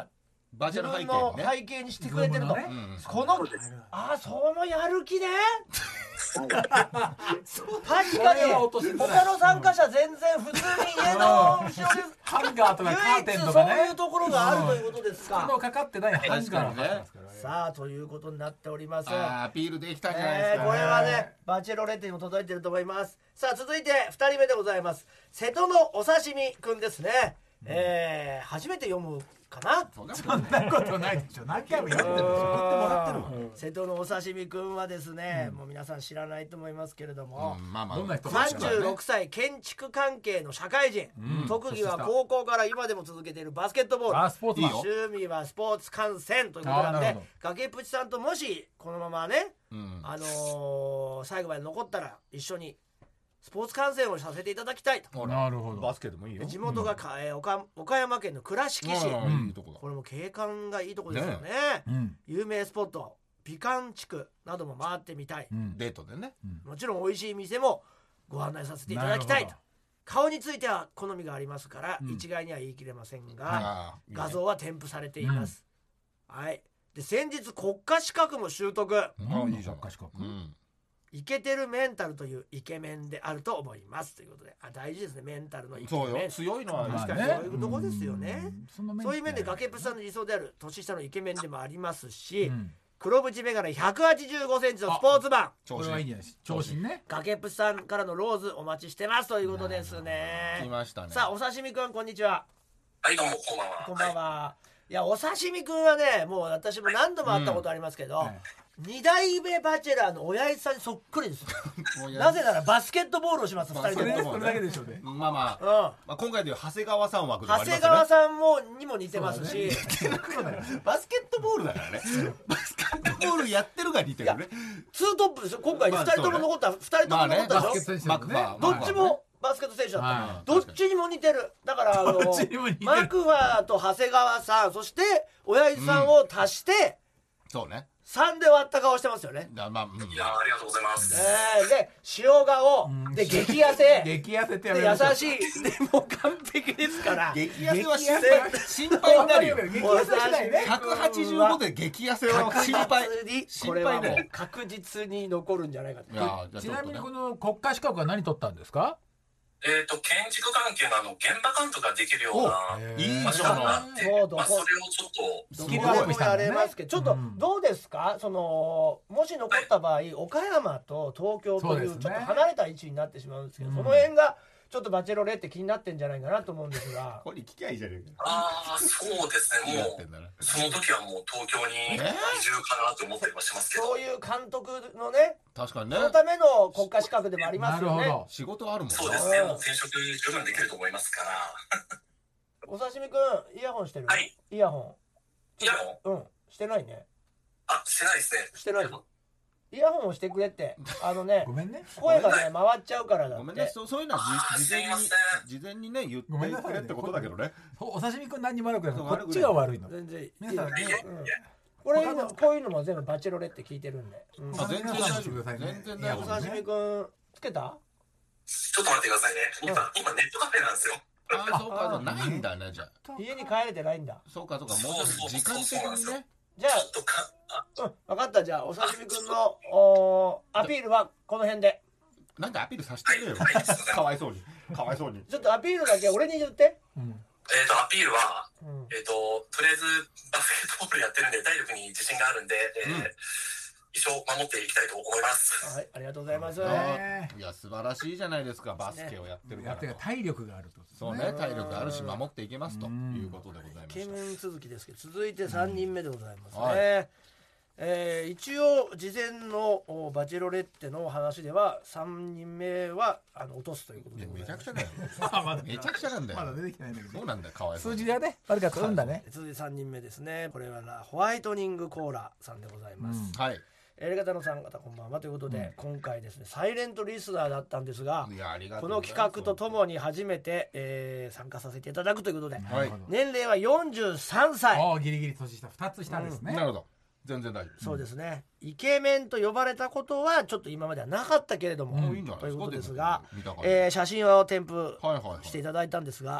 バーチャル背景自分のね背景にしてくれてると、 ねこのそのやる気ね確かに他の参加者全然普通に家の後ろでハンガーとかカーテンとかね唯一そういうところがあるということですか、 のかかってないハンガーがねさあということになっております。 アピールできたんじゃないですか、 これはねバチェロレッテにも届いてると思います。さあ続いて2人目でございます。瀬戸のお刺身くんですね、初めて読むかな。 そんなことないでしょ。何回も読んでるでしょ。送ってもらってるわ。 瀬戸のお刺身くんはですね、もう皆さん知らないと思いますけれども、 まあまあどんな人か知らないね 36歳建築関係の社会人、特技は高校から今でも続けているバスケットボール、 スポーツマン。 趣味はスポーツ観戦ということなんでなるほど、 崖っぷちさんともしこのままね、 うん最後まで残ったら一緒にスポーツ観戦をさせていただきたいと。 ほらなるほどバスケでもいいよ地元が岡山県の倉敷市、 いいとこだこれも景観がいいとこですよね。 うん有名スポット美観地区なども回ってみたい、 うんデートでねもちろん美味しい店もご案内させていただきたいと。 なる顔については好みがありますから、 うん一概には言い切れませんが、 ああいいね画像は添付されています、はいで先日国家資格も習得、 あいいじゃん国家資格うんイケてるメンタルというイケメンであると思いますということで、大事ですね、メンタルのイケそうメン。 よ強いのは確かに確かにそういうとこですよね。そういう面で崖っぷちさんの理想である年下のイケメンでもありますし、 うん黒縁眼鏡185センチのスポーツマン、 これはいいんじゃないですか。長身ね。 崖っぷちさんからのローズお待ちしてますということです来ね。 ましたねさあお刺身くんこんにちは。 はい、どうも、こんばんは。 こんばんは。いやお刺身くんはね、もう私も何度も会ったことありますけど、 はい二代目バチェラーの親父さんにそっくりです。なぜならバスケットボールをします2人とも。 バスケットボールそれだけでしょうね。 まあまあうんまあ今回でいう長谷川さん枠でもあ長りますよね谷川さんにも似てますし、 バスケットボールだからねバスケットボールやってるが似てるねツートップですよ。今回2人とも残った、2人とも残ったでしょ、 バスケット選手マクファーどっちもバスケット選手だった、 はいどっちにも似てる。だからどっちにも似てるマクファーと長谷川さん、そして親父さんを足してそうね 3で割った顔してますよね。 まあうんいや、ありがとうございます。 で塩顔で激痩せ激痩せってやでめましょう優しいでもう完璧ですから。 激痩せは激痩心配になるよ激痩せしないね。 185で激痩せは心配これはもう確実に残るんじゃないかと。 いやじゃあちなみにちょっとねこの国家資格は何取ったんですか？ 建築関係の現場監督ができるようないい場所があって、 そうそれをちょっと、 どこでもやれますけど、ちょっとうんどうですか、そのもし残った場合岡山と東京というそうですねちょっと離れた位置になってしまうんですけど、 うんその辺がちょっとバチェロレって気になってんじゃないかなと思うんですがこれ聞きゃいいじゃねえかああ、そうですね、もう、 やってんだなその時はもう東京に移住かなと思ったりはしますけど、 そういう監督のね確かにねそのための国家資格でもありまなすよね。 るほど。 仕事あるもんそうですね、もう転職十分できると思いますから、 お刺身くんイヤホンしてる、 はいイヤホンイヤホンうんしてないね。 してないですね。 してないイヤホンをしてくれってねごめんね。 声がね回っちゃうからだってごめんねそういうのは事前にすいません事前にね言ってごめんなさいねくれってことだけどねお刺身くん何にも悪くない。 そうこっちが悪いの。 全然いい皆さんねうんこれこういうのも全部バチェロレって聞いてるんで、うんあ全然大丈夫全然全然大丈夫お刺身くんつけたちょっと待ってくださいね。今ネットカフェなんですよ。 あそうかないんだねじゃあ家に帰れてないんだ。 そうかそうかもうちょっと時間的にねじゃちょっと分かった。じゃあお刺身くんのアピールはこの辺でなんかアピールさせてくれよはいかわいそうにかわいそうにちょっとアピールだけ俺に言って、 うんアピールは、 うんとりあえずバスケットボールやってるんで体力に自信があるんで、一生守っていきたいと思います。 はい、ありがとうございます。 ねいや素晴らしいじゃないですかバスケをやってるからやってる体力があると。 そうね体力あるし守っていけますということでございまイケしたメン続きですけど続いて3人目でございますね、 はい一応事前のバチェロレッテの話では3人目は落とすということいやでございます。 めちゃくちゃだよまだめちゃくちゃなんだよまだ出てきてないんだけど。 そうなんだよかわいそうに数字がね悪かったんだね。 続いて3人目ですね。これはホワイトニングコーラさんでございます、 はいエレガタの3方こんばんはということで、今回ですねサイレントリスナーだったんですがいやありがとこのうございます企画とともに初めて、参加させていただくということで、 はい年齢は43歳、 ああギリギリ年下2つ下ですね。 なるほど全然大丈夫そうですね、イケメンと呼ばれたことはちょっと今まではなかったけれども、 もういいんじゃないですかということですが、 見た感じ写真を添付はいはいはいしていただいたんですが、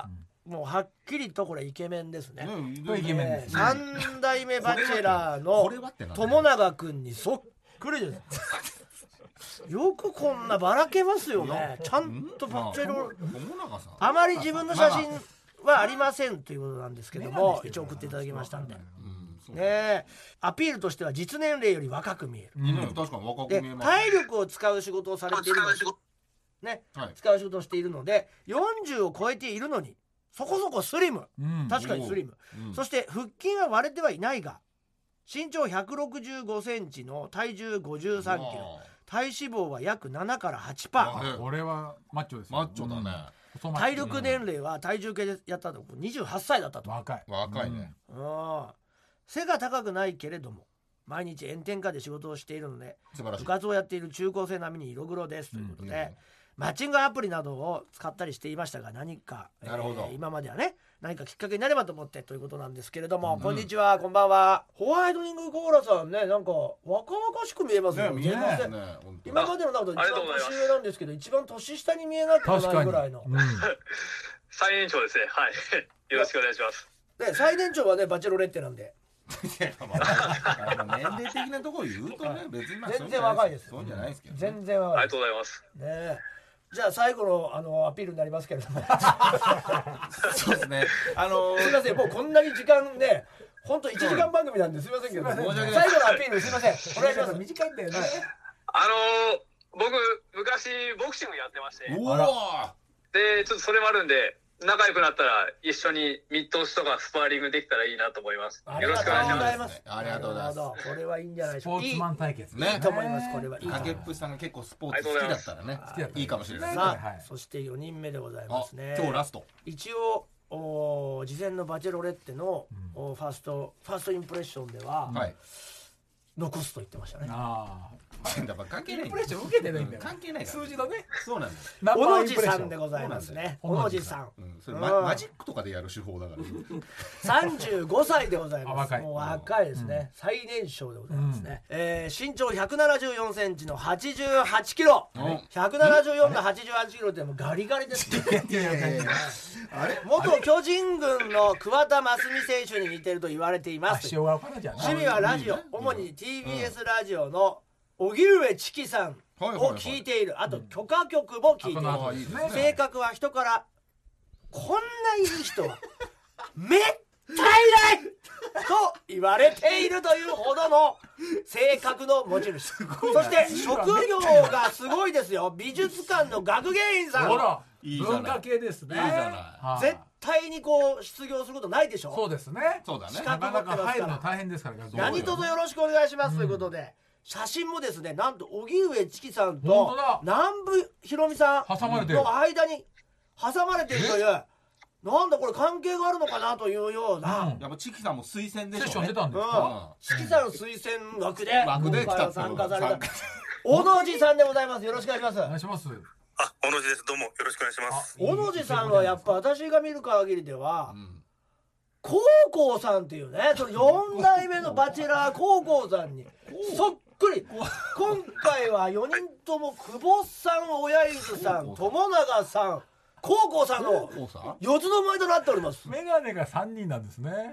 もうはっきりとこれイケメンですね。 これイケメンです。 3代目バチェラーの友永くんにそっくりです。よくこんなばらけますよね。ちゃんとバチェロあまり自分の写真はありませんということなんですけども、一応送っていただきましたんで。ね、アピールとしては実年齢より若く見える、 確かに若く見えます。 体力を使う仕事をされているのね、使う仕事をしているので40を超えているのにそこそこスリム、確かにスリム、そして腹筋は割れてはいないが身長165センチの体重53キロ、体脂肪は約7から 8%。 これはマッチョですよ。 マッチョだね。 体力年齢は体重計でやったと28歳だったと。 若いね。背が高くないけれども毎日炎天下で仕事をしているので部活をやっている中高生並みに色黒ですということで、マッチングアプリなどを使ったりしていましたが何か、今まではね何かきっかけになればと思ってということなんですけれども、こんにちは、こんばんは。ホワイトニングコーラさんね、なんか若々しく見えますよね。今までの中で一番年上なんですけど一番年下に見えなくもないぐらいの、 最年長ですね。はいよろしくお願いします。 で最年長はねバチェロレッテなんで年齢的なところ言うとね、別に全然若いです。 そうじゃないですけど、 全然若い。 ありがとうございますね。じゃあ最後のアピールになりますけれどもそうですね。 すみません、もうこんなに時間ね、本当1時間番組なんですみませんけど、最後のアピールすみません、お願いします。短いんだよね。 僕昔ボクシングやってまして、 うわでちょっとそれもあるんで仲良くなったら一緒にミット押しとかスパーリングできたらいいなと思います。よろしくお願いします。 ありがとうございます。 これはいいんじゃないでしょうか。 スポーツマン対決ね。いいと思います。これはいい。 かけっぷさんが結構スポーツ好きだったらね、いいかもしれない。 さあ、そして4人目でございますね。 今日ラスト。 一応事前のバチェロレッテのファーストインプレッションでは残すと言ってましたね。 関係ない。 インプレッション受けてないんだよ。 関係ない。 数字のね。 そうなんです。 小野寺さんでございますね。小野寺さん。 それマジックとかでやる手法だから。 35歳でございます。もう若いですね。最年少でございますね。身長174センチの88キロ。174の88キロってもうガリガリですね。元巨人軍の桑田真澄選手に似てると言われています。趣味はラジオ、主に TBS ラジオの荻上チキさんを聞いている。あと許可局も聞いている。性格は人からこんないい人はめったいないと言われているというほどの性格の持ち主。そして職業がすごいですよ。美術館の学芸員さん。 文化系ですね。 絶対にこう失業することないでしょ。 そうですね。 資格持ってますから。 入るの大変ですから。 何卒よろしくお願いしますということで。写真もですね、なんと荻上チキさんと南部ひろみさんの間に挟まれているという、なんだこれ関係があるのかなというような。 やっぱチキさんも推薦でしょ。 セッション出たんですか。 チキさん推薦枠で参加された小野寺さんでございます。よろしくお願いします。 お願いします。 小野寺です。どうもよろしくお願いします。 小野寺さんはやっぱ私が見る限りではコウコウさんっていうね、その4代目のバチェラーコウコウさんにそっくり。今回は4人とも久保さん、親伊豆さん、友永さん、コウコウさんの四つどもえとなっております。 メガネが3人なんですね。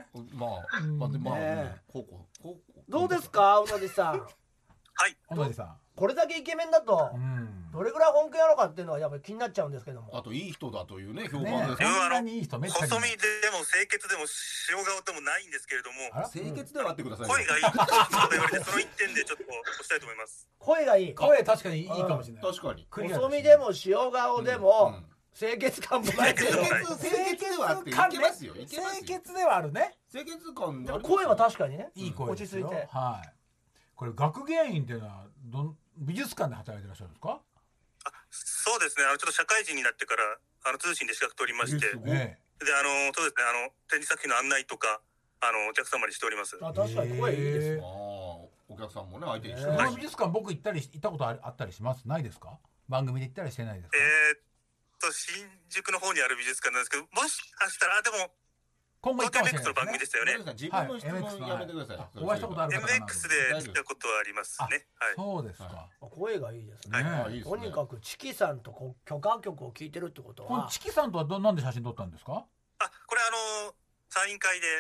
どうですか小野寺さん。 はい。 小野寺さん。 これだけイケメンだとどれぐらい本気なのかっていうのはやっぱり気になっちゃうんですけども。 あといい人だというね評判です。 細身でも清潔でも塩顔でもないんですけれども、 清潔ではあってください。 声がいいと言われてその一点でちょっと押したいと思います。 声がいい。 声確かにいいかもしれない。 確かに。 細身でも塩顔でも清潔感もないけど。 清潔ではあっていけますよ。 清潔ではあるね。 清潔感。 声は確かにね。 いい声。 落ち着いて。 はい。これ学芸員っていうのは美術館で働いてらっしゃるんですか？ そうですね。ちょっと社会人になってから通信で資格取りまして、でそうですね。展示作品の案内とかお客様にしております。 確かに声いいです。 お客さんもね相手にして。 美術館僕行ったことあったりします？ないですか？番組で行ったりしてないですか？ 新宿の方にある美術館なんですけど、もしかしたらでも。 今後東京 MX の番組でしたよね。 自分の質問やめてください。 お会いしたことある方 MX で来たことはありますね。 そうですか。 声がいいですね。とにかくチキさんと許可局を聞いてるってことは。 チキさんとはなんで写真撮ったんですか？ これサイン会で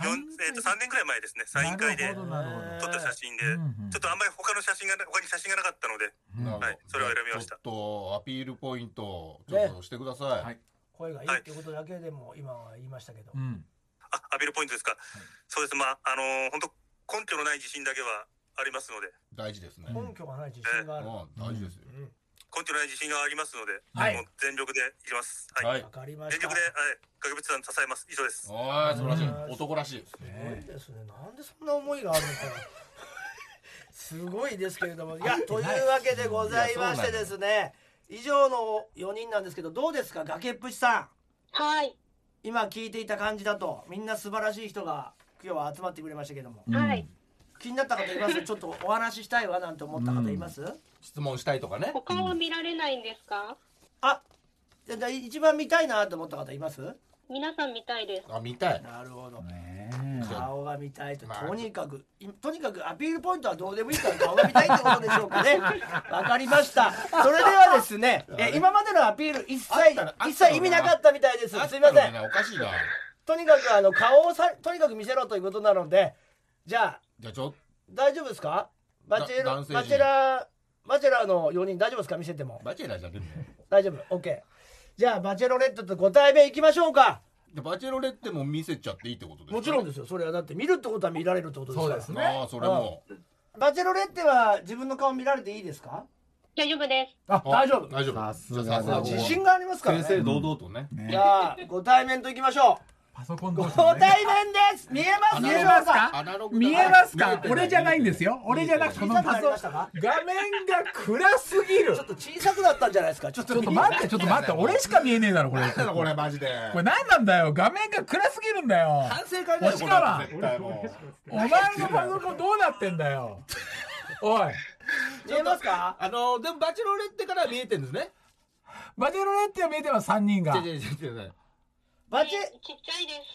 3年くらい前ですね。サイン会で撮った写真で、ちょっとあんまり他に写真がなかったので、はい、それを選びました。 ちょっとアピールポイントちょっとしてください。 声がいいってことだけでも今は言いましたけど。 アピールポイントですか。そうです。まあ本当根拠のない自信だけはありますので。 大事ですね。 根拠がない自信がある。 大事ですよ。 根拠のない自信がありますので、もう全力でいきます。 はい。わかりました。 全力で崖渕さん支えます。以上です。 素晴らしい。男らしい。 すごいですね。なんでそんな思いがあるのかな。すごいですけれども、いやというわけでございましてですね、以上の4人なんですけど、どうですか崖っぷちさん。 はい。 今聞いていた感じだとみんな素晴らしい人が今日は集まってくれましたけども。 はい。 気になった方います？ちょっとお話ししたいわなんて思った方います？ 質問したいとかね。 お顔は見られないんですか？ じゃあ一番見たいなと思った方います？ 皆さん見たいです。 見たい。 なるほど。顔が見たいと、とにかくアピールポイントはどうでもいいから顔が見たいってことでしょうかね。わかりました。それではですね、今までのアピール一切意味なかったみたいです。すいません。 おかしいな。とにかく顔をとにかく見せろということなので、じゃあ大丈夫ですか？バチェラーの4人大丈夫ですか？見せても。 バチェラーじゃねえんだよ。 大丈夫。OK。じゃあバチェロレッテとご対面いきましょうか。 バチェロレッテも見せちゃっていいってことですか？ もちろんですよ。それはだって見るってことは見られるってことですから。 そうですね。 それも。 バチェロレッテは自分の顔見られていいですか？ 大丈夫です。 大丈夫。 大丈夫。 さすが。 自信がありますからね。 正々堂々とね。 じゃあご対面といきましょう。 パソコン同士ご対面です。見えます見えますか？見えますか？俺じゃないんですよ。俺じゃなくてこのパソコン画面が暗すぎる。 ちょっと小さくなったんじゃないですか？ちょっと待って俺しか見えねえだろこれ。 これマジで。 これ何なんだよ。画面が暗すぎるんだよ。 反省会だよ。 星川お前のパソコンどうなってんだよ。おい見えますか？ でもバチェロレッテから見えてるんですね。 バチェロレッテは見えてます。3人が。 ちっちゃいです。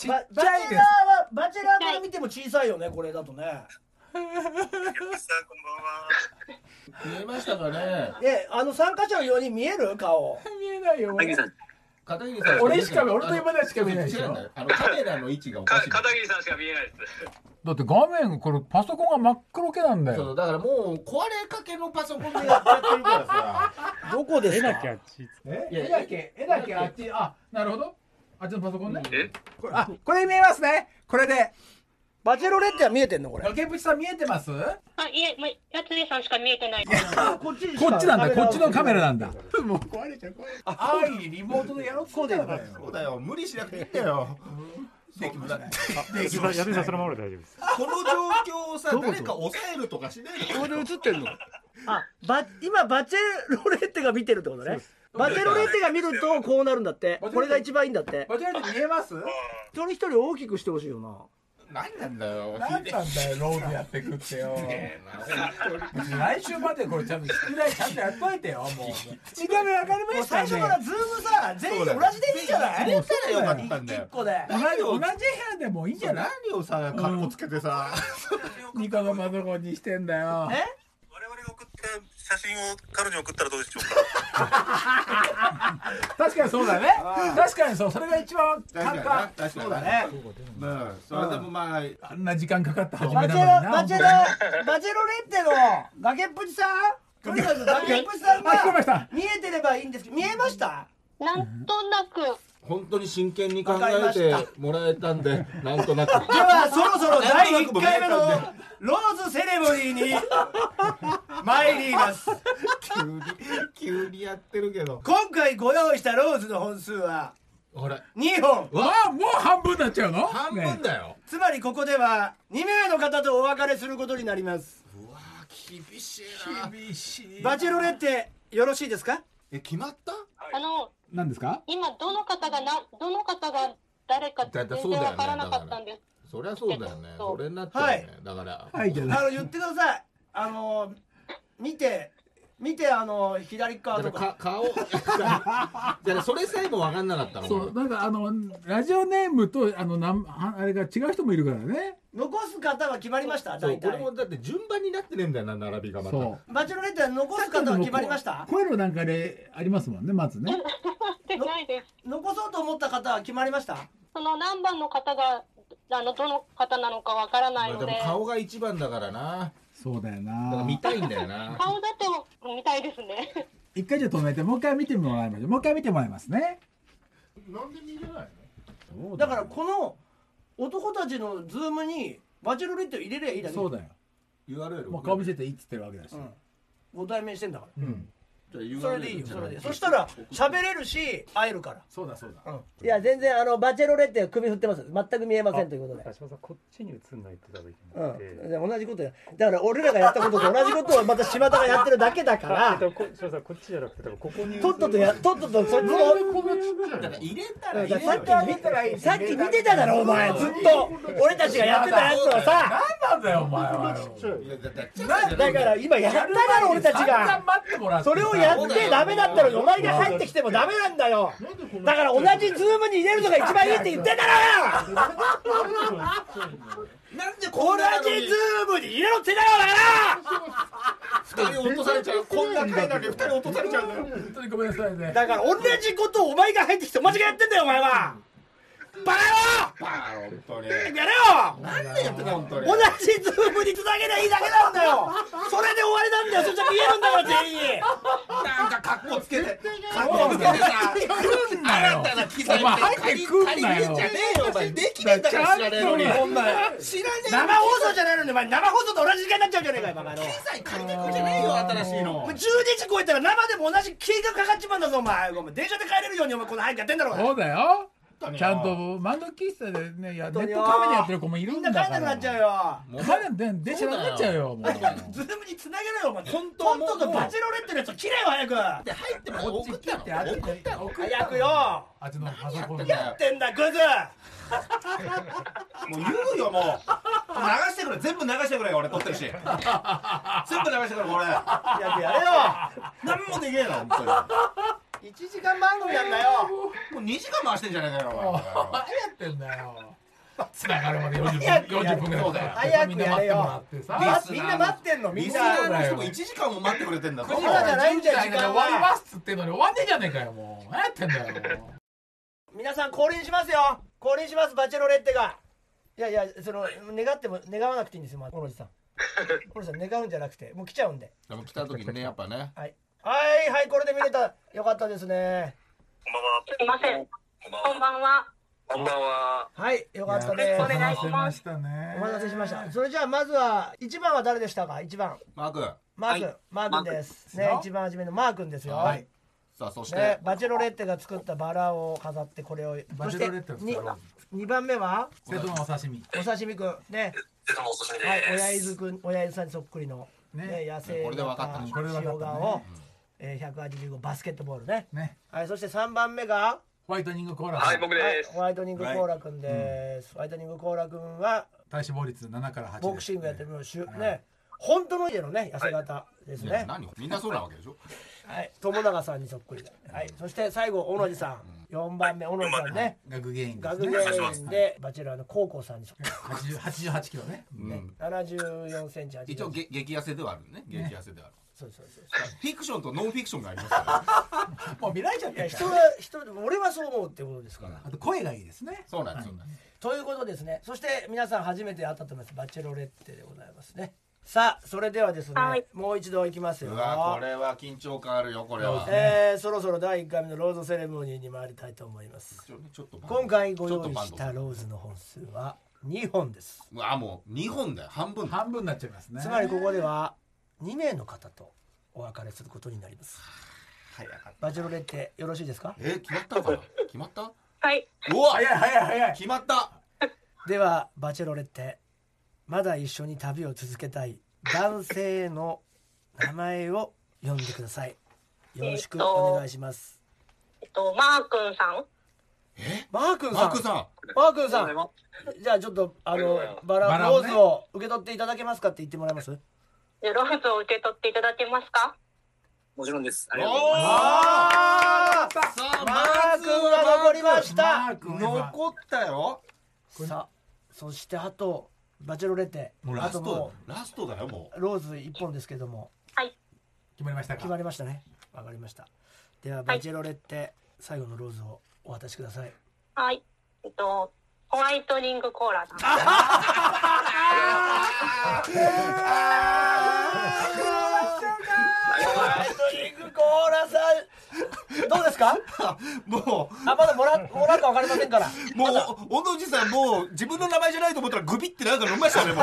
バチェラーから見ても小さいよね、これだとね。 こんばんは。 見えましたかね。 参加者の4人見える顔？ 見えないよ。 片桐さん俺と今だしか見えないでしょ。 カメラの位置がおかしい。 片桐さんしか見えないです。 だって画面これパソコンが真っ黒けなんだよ。 そうだからもう壊れかけのパソコンでやってるからさ。 どこですか？ 絵だけあっち。なるほど。あっちのパソコンね。これ見えますね。これでバチェロレッテは見えてんのこれ？ 崖っぷちさん見えてます？ いえ、やつねさんしか見えてない。 こっちなんだ。こっちのカメラなんだ。 もう壊れちゃう。 リモートでやろう。そうだよ。無理しなくていいんだよ。 できましたね。やるさそのままで大丈夫です。 この状況をさ、誰か抑えるとかしないの？ これで映ってんの？今バチェロレッテが見てるってことね。バチェロレッテが見るとこうなるんだって。これが一番いいんだって。 バチェロレッテ見えます？ 一人一人大きくしてほしいよな。 何なんだよ。 ローズやってくってよ。来週までこれちゃんと宿題ちゃんとやっといてよ。もう見た目分かりましたね。 最初からズームさ全員同じでいいんじゃない？ 入れたらよかったんだよ。 1個で同じ部屋でもいいんじゃない？ 何をさカッコつけてさニコのパソコンにしてんだよ。 我々が送った写真を彼女に送ったらどうでしょうか？確かにそうだね。確かにそれが一番簡単。 そうだね。それでもまああんな時間かかった始めバチェロレッテの崖っぷちさん、とにかく崖っぷちさんが見えてればいいんですけど、見えました？ なんとなく。 本当に真剣に考えてもらえたんで、なんとなく。ではそろそろ第1回目のローズセレモニーに参ります。 急にやってるけど。 今回ご用意したローズの本数は2本。 もう半分になっちゃうの？ 半分だよ。 つまりここでは2名の方とお別れすることになります。 うわ厳しいな。 厳しい。 バチェロレッテよろしいですか？ 決まった？ 何ですか？ 今どの方が誰か全然わからなかったんです。 そりゃそうだよね。それになっちゃうね。だから言ってください。見て左側とか顔じゃそれさえも分かんなかったの。 そうなんかラジオネームとあれが違う人もいるからね。 残す方は決まりました？大体これもだって順番になってねえんだよな、並びがまた。 バチェロレッテは残す方は決まりました？ こういうのなんかでありますもんね、まずね。 てないです。 残そうと思った方は決まりました？ その何番の方がどの方なのかわからないので。 でも顔が一番だからな。 そうだよな。 だから見たいんだよな。 顔だと見たいですね。 一回じゃ止めてもう一回見てもらいましょう。もう一回見てもらいますね。 なんで見れないの？だからこの男たちのズームにバチェロレッテを入れればいいだけ。 そうだよ。 URL もう顔見せていいっつってるわけだし。 ご対面してんだから。それでいいよ。 そそれで。そしたら喋れるし会えるから。 そうだそうだ。 いや全然バチェロレッテは首振ってます。全く見えませんということで。 橋本さんこっちに映んないと多分いけなくて。 同じことや。だから俺らがやったことと同じことをまた島田がやってるだけだから。 こっちじゃなくて多分ここに。 とっととそっちの。 入れたらさっき見てただろお前ずっと俺たちがやってたやつをさ。 なんなんだよお前は。 だから今やっただろ俺たちが。それをやってダメだったらお前が入ってきてもダメなんだよ。だから同じズームに入れるのが一番いいって言ってんだろ。 なんで同じズームに入れろってだろ 2人落とされちゃう。こんな回なのに2人落とされちゃうんだよ。 本当にごめんなさいね。 だから同じことをお前が入ってきてお前がやってんだよお前は。バカ野郎。 本当にやれよ。 何でやってた本当に。 同じズームにつなげりゃいいだけなんだよ。それで終わりなんだよ。そしたら見えるんだから全員。 なんか格好つけてさ新たな機材借りるんじゃねえよお前。できねえんだから知らねえのに。知らねえ。 生放送じゃないのにお前生放送と同じ時間になっちゃうじゃねえかよバカ野郎。 機材借りてくるんじゃねえよ新しいの。 12時超えたら生でも同じ計画かかっちまうんだぞお前。電車で帰れるようにお前この早くやってんだろ。 そうだよ。ちゃんと漫画喫茶でね、ネットカフェでやってる子もいるんだから。 みんな帰んなくなっちゃうよ。 電車なっちゃうよ。 ズームに繋げろよお前。本当とバチェロレッテのやつを切れよ早く。 で入っても送ったの。 早くよ。 あっちのパソコンでやってんだクズ。 もう言うよもう。流してくれ全部流してくれ俺撮ってるし。全部流してくれ俺。 早くやれよ。 何もできねえな本当に。 1時間番組なんだよ。 もう2時間回してんじゃねえかよお前。 何やってんだよ。つながるまで40分ぐらいだよ。 早くやれよ。みんな待ってんのみんな。 の人も1時間も待ってくれてんだぞ。 9時間じゃないんだよ時間は。 終わりますっつってんのに終わんねえじゃねえかよもう。何やってんだよ。 皆さん降臨しますよ。降臨しますバチェロレッテが。いやその願っても願わなくていいんですよ小野さん。小野さん願うんじゃなくてもう来ちゃうんで。 でも来た時にねやっぱね。 はいこれで見れた。よかったですね。 こんばんは。 すいません。こんばんは。 こんばんは。 はいよかったです。 お願いします。 お待たせしました。それじゃあまずは1番は誰でしたか。1番マー君マー君ですね。一番初めのマー君ですよ。はいさあそしねてバチェロレッテが作ったバラを飾ってこれを。 バチェロレッテの 2番目は瀬戸のお刺身。 お刺身くんね。 瀬戸のお刺身です。 はい親伊豆さんにそっくりのね野生これで分かったね。 塩顔を185バスケットボールね。はいそして3番目がホワイトニングコーラ。 はい僕です。 ホワイトニングコーラくんです。ホワイトニングコーラくんは体脂肪率7から8。 ボクシングやってるね。本当の家のね痩せ型ですね。 みんなそうなわけでしょ。 はい友永さんにそっくりだ。はいそして最後小野寺さん4番目小野寺さんね。 学芸員学芸員でバチェラーの高校さんにそっくり。 88キロね。 74センチ。 一応激痩せではあるね。激痩せではある。 そうフィクションとノンフィクションがありますからもう見られちゃったよ。 俺はそう思うってことですから。 あと声がいいですね。 そうなんです。 ということですね。そして皆さん初めて会ったと思いますバチェロレッテでございますね。さあそれではですねもう一度いきますよ。 うわこれは緊張感あるよこれは。 そろそろ第1回目のローズセレモニーに参りたいと思います。今回ご用意したローズの本数は2本です。 もう2本だよ。半分になっちゃいますね。 つまりここでは2名の方とお別れすることになります。バチェロレッテよろしいですか。 決まったのかな。決まった。 はい。 うわ早い決まった。 ではバチェロレッテまだ一緒に旅を続けたい男性の名前を呼んでください。よろしくお願いします。 マー君さん。 マー君さん。じゃあちょっとバラローズを受け取っていただけますかって言ってもらえます。 ローズを受け取っていただけますか。 もちろんです。 ありがとうございます。さあマー君が残りました。 残ったよ。 さあそしてあとバチェロレッテラストだよ。もうローズ1本ですけども。 はい決まりましたか。 決まりましたね。わかりました。ではバチェロレッテ最後のローズをお渡しください。 はい。ホワイトニングコーラさん。ホワイトニングコーラさん、どうですか？ もうまだもらうか分かりませんから。 もう小野寺さん、もう自分の名前じゃないと思ったらグビってなんか飲みましたね。もう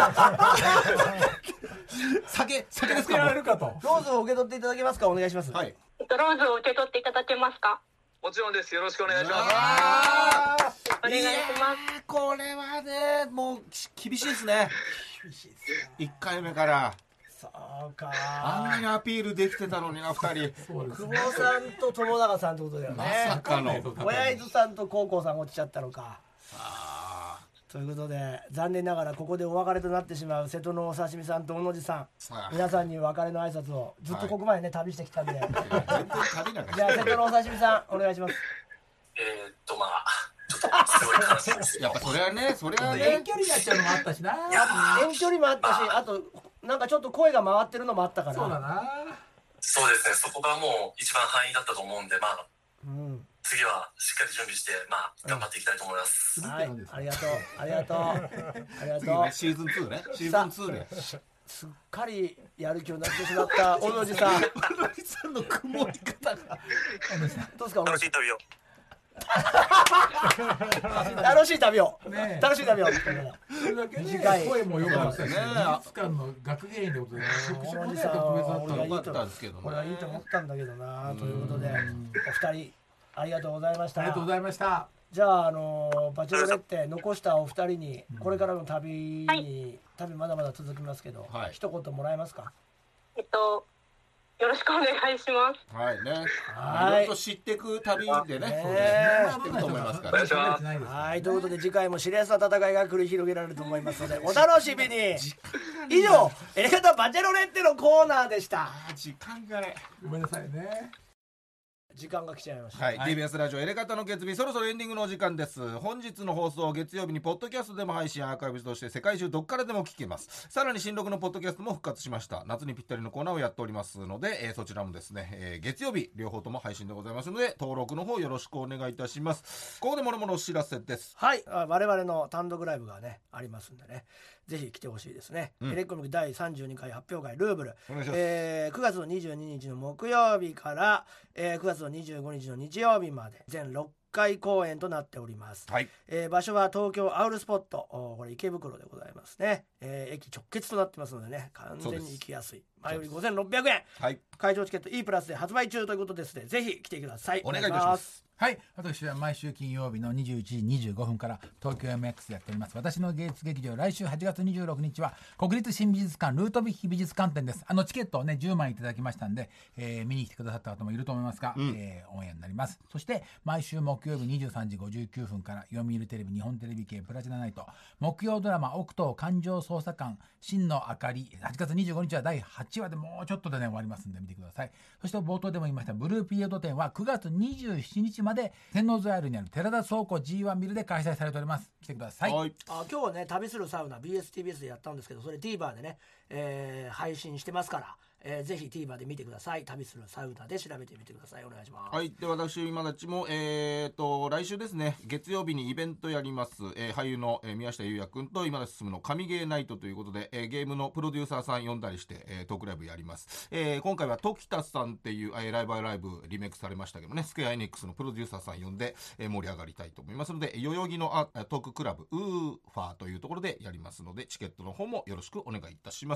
酒ですか？ ローズを受け取っていただけますか？お願いします。 はい。 ローズを受け取っていただけますか？ もちろんです。よろしくお願いします。 お願いします。 これはね、もう厳しいですね。1回目からそうか、 あんなにアピールできてたのにな、2人。 久保さんと友永さんってことだよね。 まさかの親伊豆さんと高校さん落ちちゃったのか。ということで残念ながらここでお別れとなってしまう瀬戸のお刺身さんと小野寺さん、皆さんに別れの挨拶をずっとここまでね、旅してきたんで、じゃあ瀬戸のお刺身さんお願いします。 まあちょっとすごい悲しいですけど、 やっぱそれはね遠距離になっちゃうのもあったしな。 遠距離もあったし、あとなんかちょっと声が回ってるのもあったから。 そうだな。 そうですね、そこがもう一番範囲だったと思うんで、まあ、次はしっかり準備して、まあ、頑張っていきたいと思います。 はい、ありがとう。 シーズン2ね。シーズン2で。 すっかりやる気をなってしまった小野寺さん。 小野寺さんの曇り方が。 どうですか？ 楽しい旅を。 楽しい旅を。 短い声も良かったし、美術館の学芸員ってことで、 小野寺さんは俺はいいと思ったんだけどな。ということでお二人ありがとうございました。 ありがとうございました。 じゃあバチェロレッテ残したお二人にこれからの旅まだまだ続きますけど、一言もらえますか？ よろしくお願いします。 はいね。いろいろと知っていく旅でね。知っていくと思いますから。 はい、ということで次回も熾烈な戦いが繰り広げられると思いますのでお楽しみに。以上エレガタバチェロレッテのコーナーでした。 時間がね。 ごめんなさいね。 時間が来ちゃいました。 はい、TBS ラジオエレガタの決日、そろそろエンディングのお時間です。本日の放送月曜日にポッドキャストでも配信、アーカイブとして世界中どっからでも聞けます。さらに新録のポッドキャストも復活しました。夏にぴったりのコーナーをやっておりますので、そちらもですね、月曜日両方とも配信でございますので登録の方よろしくお願いいたします。ここでもろもろお知らせです。 はい、我々の単独ライブがねありますんでね、ぜひ来てほしいですね。エレコミック第32回発表会ルーブル、9月の22日の木曜日から、9月の25日の日曜日まで全6回公演となっております。場所は東京アウルスポット、これ池袋でございますね。駅直結となってますのでね、完全に行きやすい。前より5600円、会場チケット E プラスで発売中ということですので、ぜひ来てください。 お願いいたします。 はい、私は毎週金曜日の21時25分から東京 MX でやっております私の芸術劇場、来週8月26日は国立新美術館ルートヴィヒ美術館展です。チケットをね10枚いただきましたんで、見に来てくださった方もいると思いますが、オンエアになります。そして毎週木曜日23時59分から読売テレビ日本テレビ系プラチナナイト木曜ドラマ奥東環状捜査官真の明かり、8月25日は第8話でもうちょっとでね終わりますんで見てください。そして冒頭でも言いましたブルーピリオド展は9月27日まで天王洲アイルにある寺田倉庫 G1 ビルで開催されております。来てください。 今日はね旅するサウナ BSTBS でやったんですけど、それ TVer でね、配信してますから、ぜひ TVer で見てください。旅するサウナで調べてみてください。お願いします。 はい、で私今たちも来週ですね月曜日にイベントやります。俳優の宮下優也くんと今田進の神ゲーナイトということで、ゲームのプロデューサーさん呼んだりして、トークライブやります。今回は時田さんっていう、ライブライブリメイクされましたけどね、スクエアエニックスのプロデューサーさん呼んで、盛り上がりたいと思いますので、代々木のトーククラブウーファーというところでやりますので、チケットの方もよろしくお願いいたします。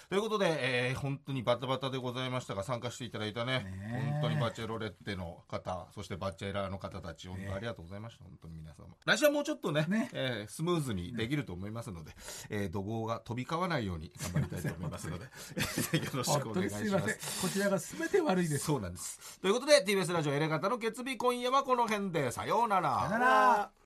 ということで、本当にバタバタでございましたが参加していただいたね、本当にバチェロレッテの方、そしてバチェラーの方たち、本当ありがとうございました。本当に皆様、来週はもうちょっとねスムーズにできると思いますので、怒号が飛び交わないように頑張りたいと思いますのでよろしくお願いします。 こちらが全て悪いです。 そうなんです。ということで TBS ラジオエレガタの決日、今夜はこの辺でさようなら。 さようなら。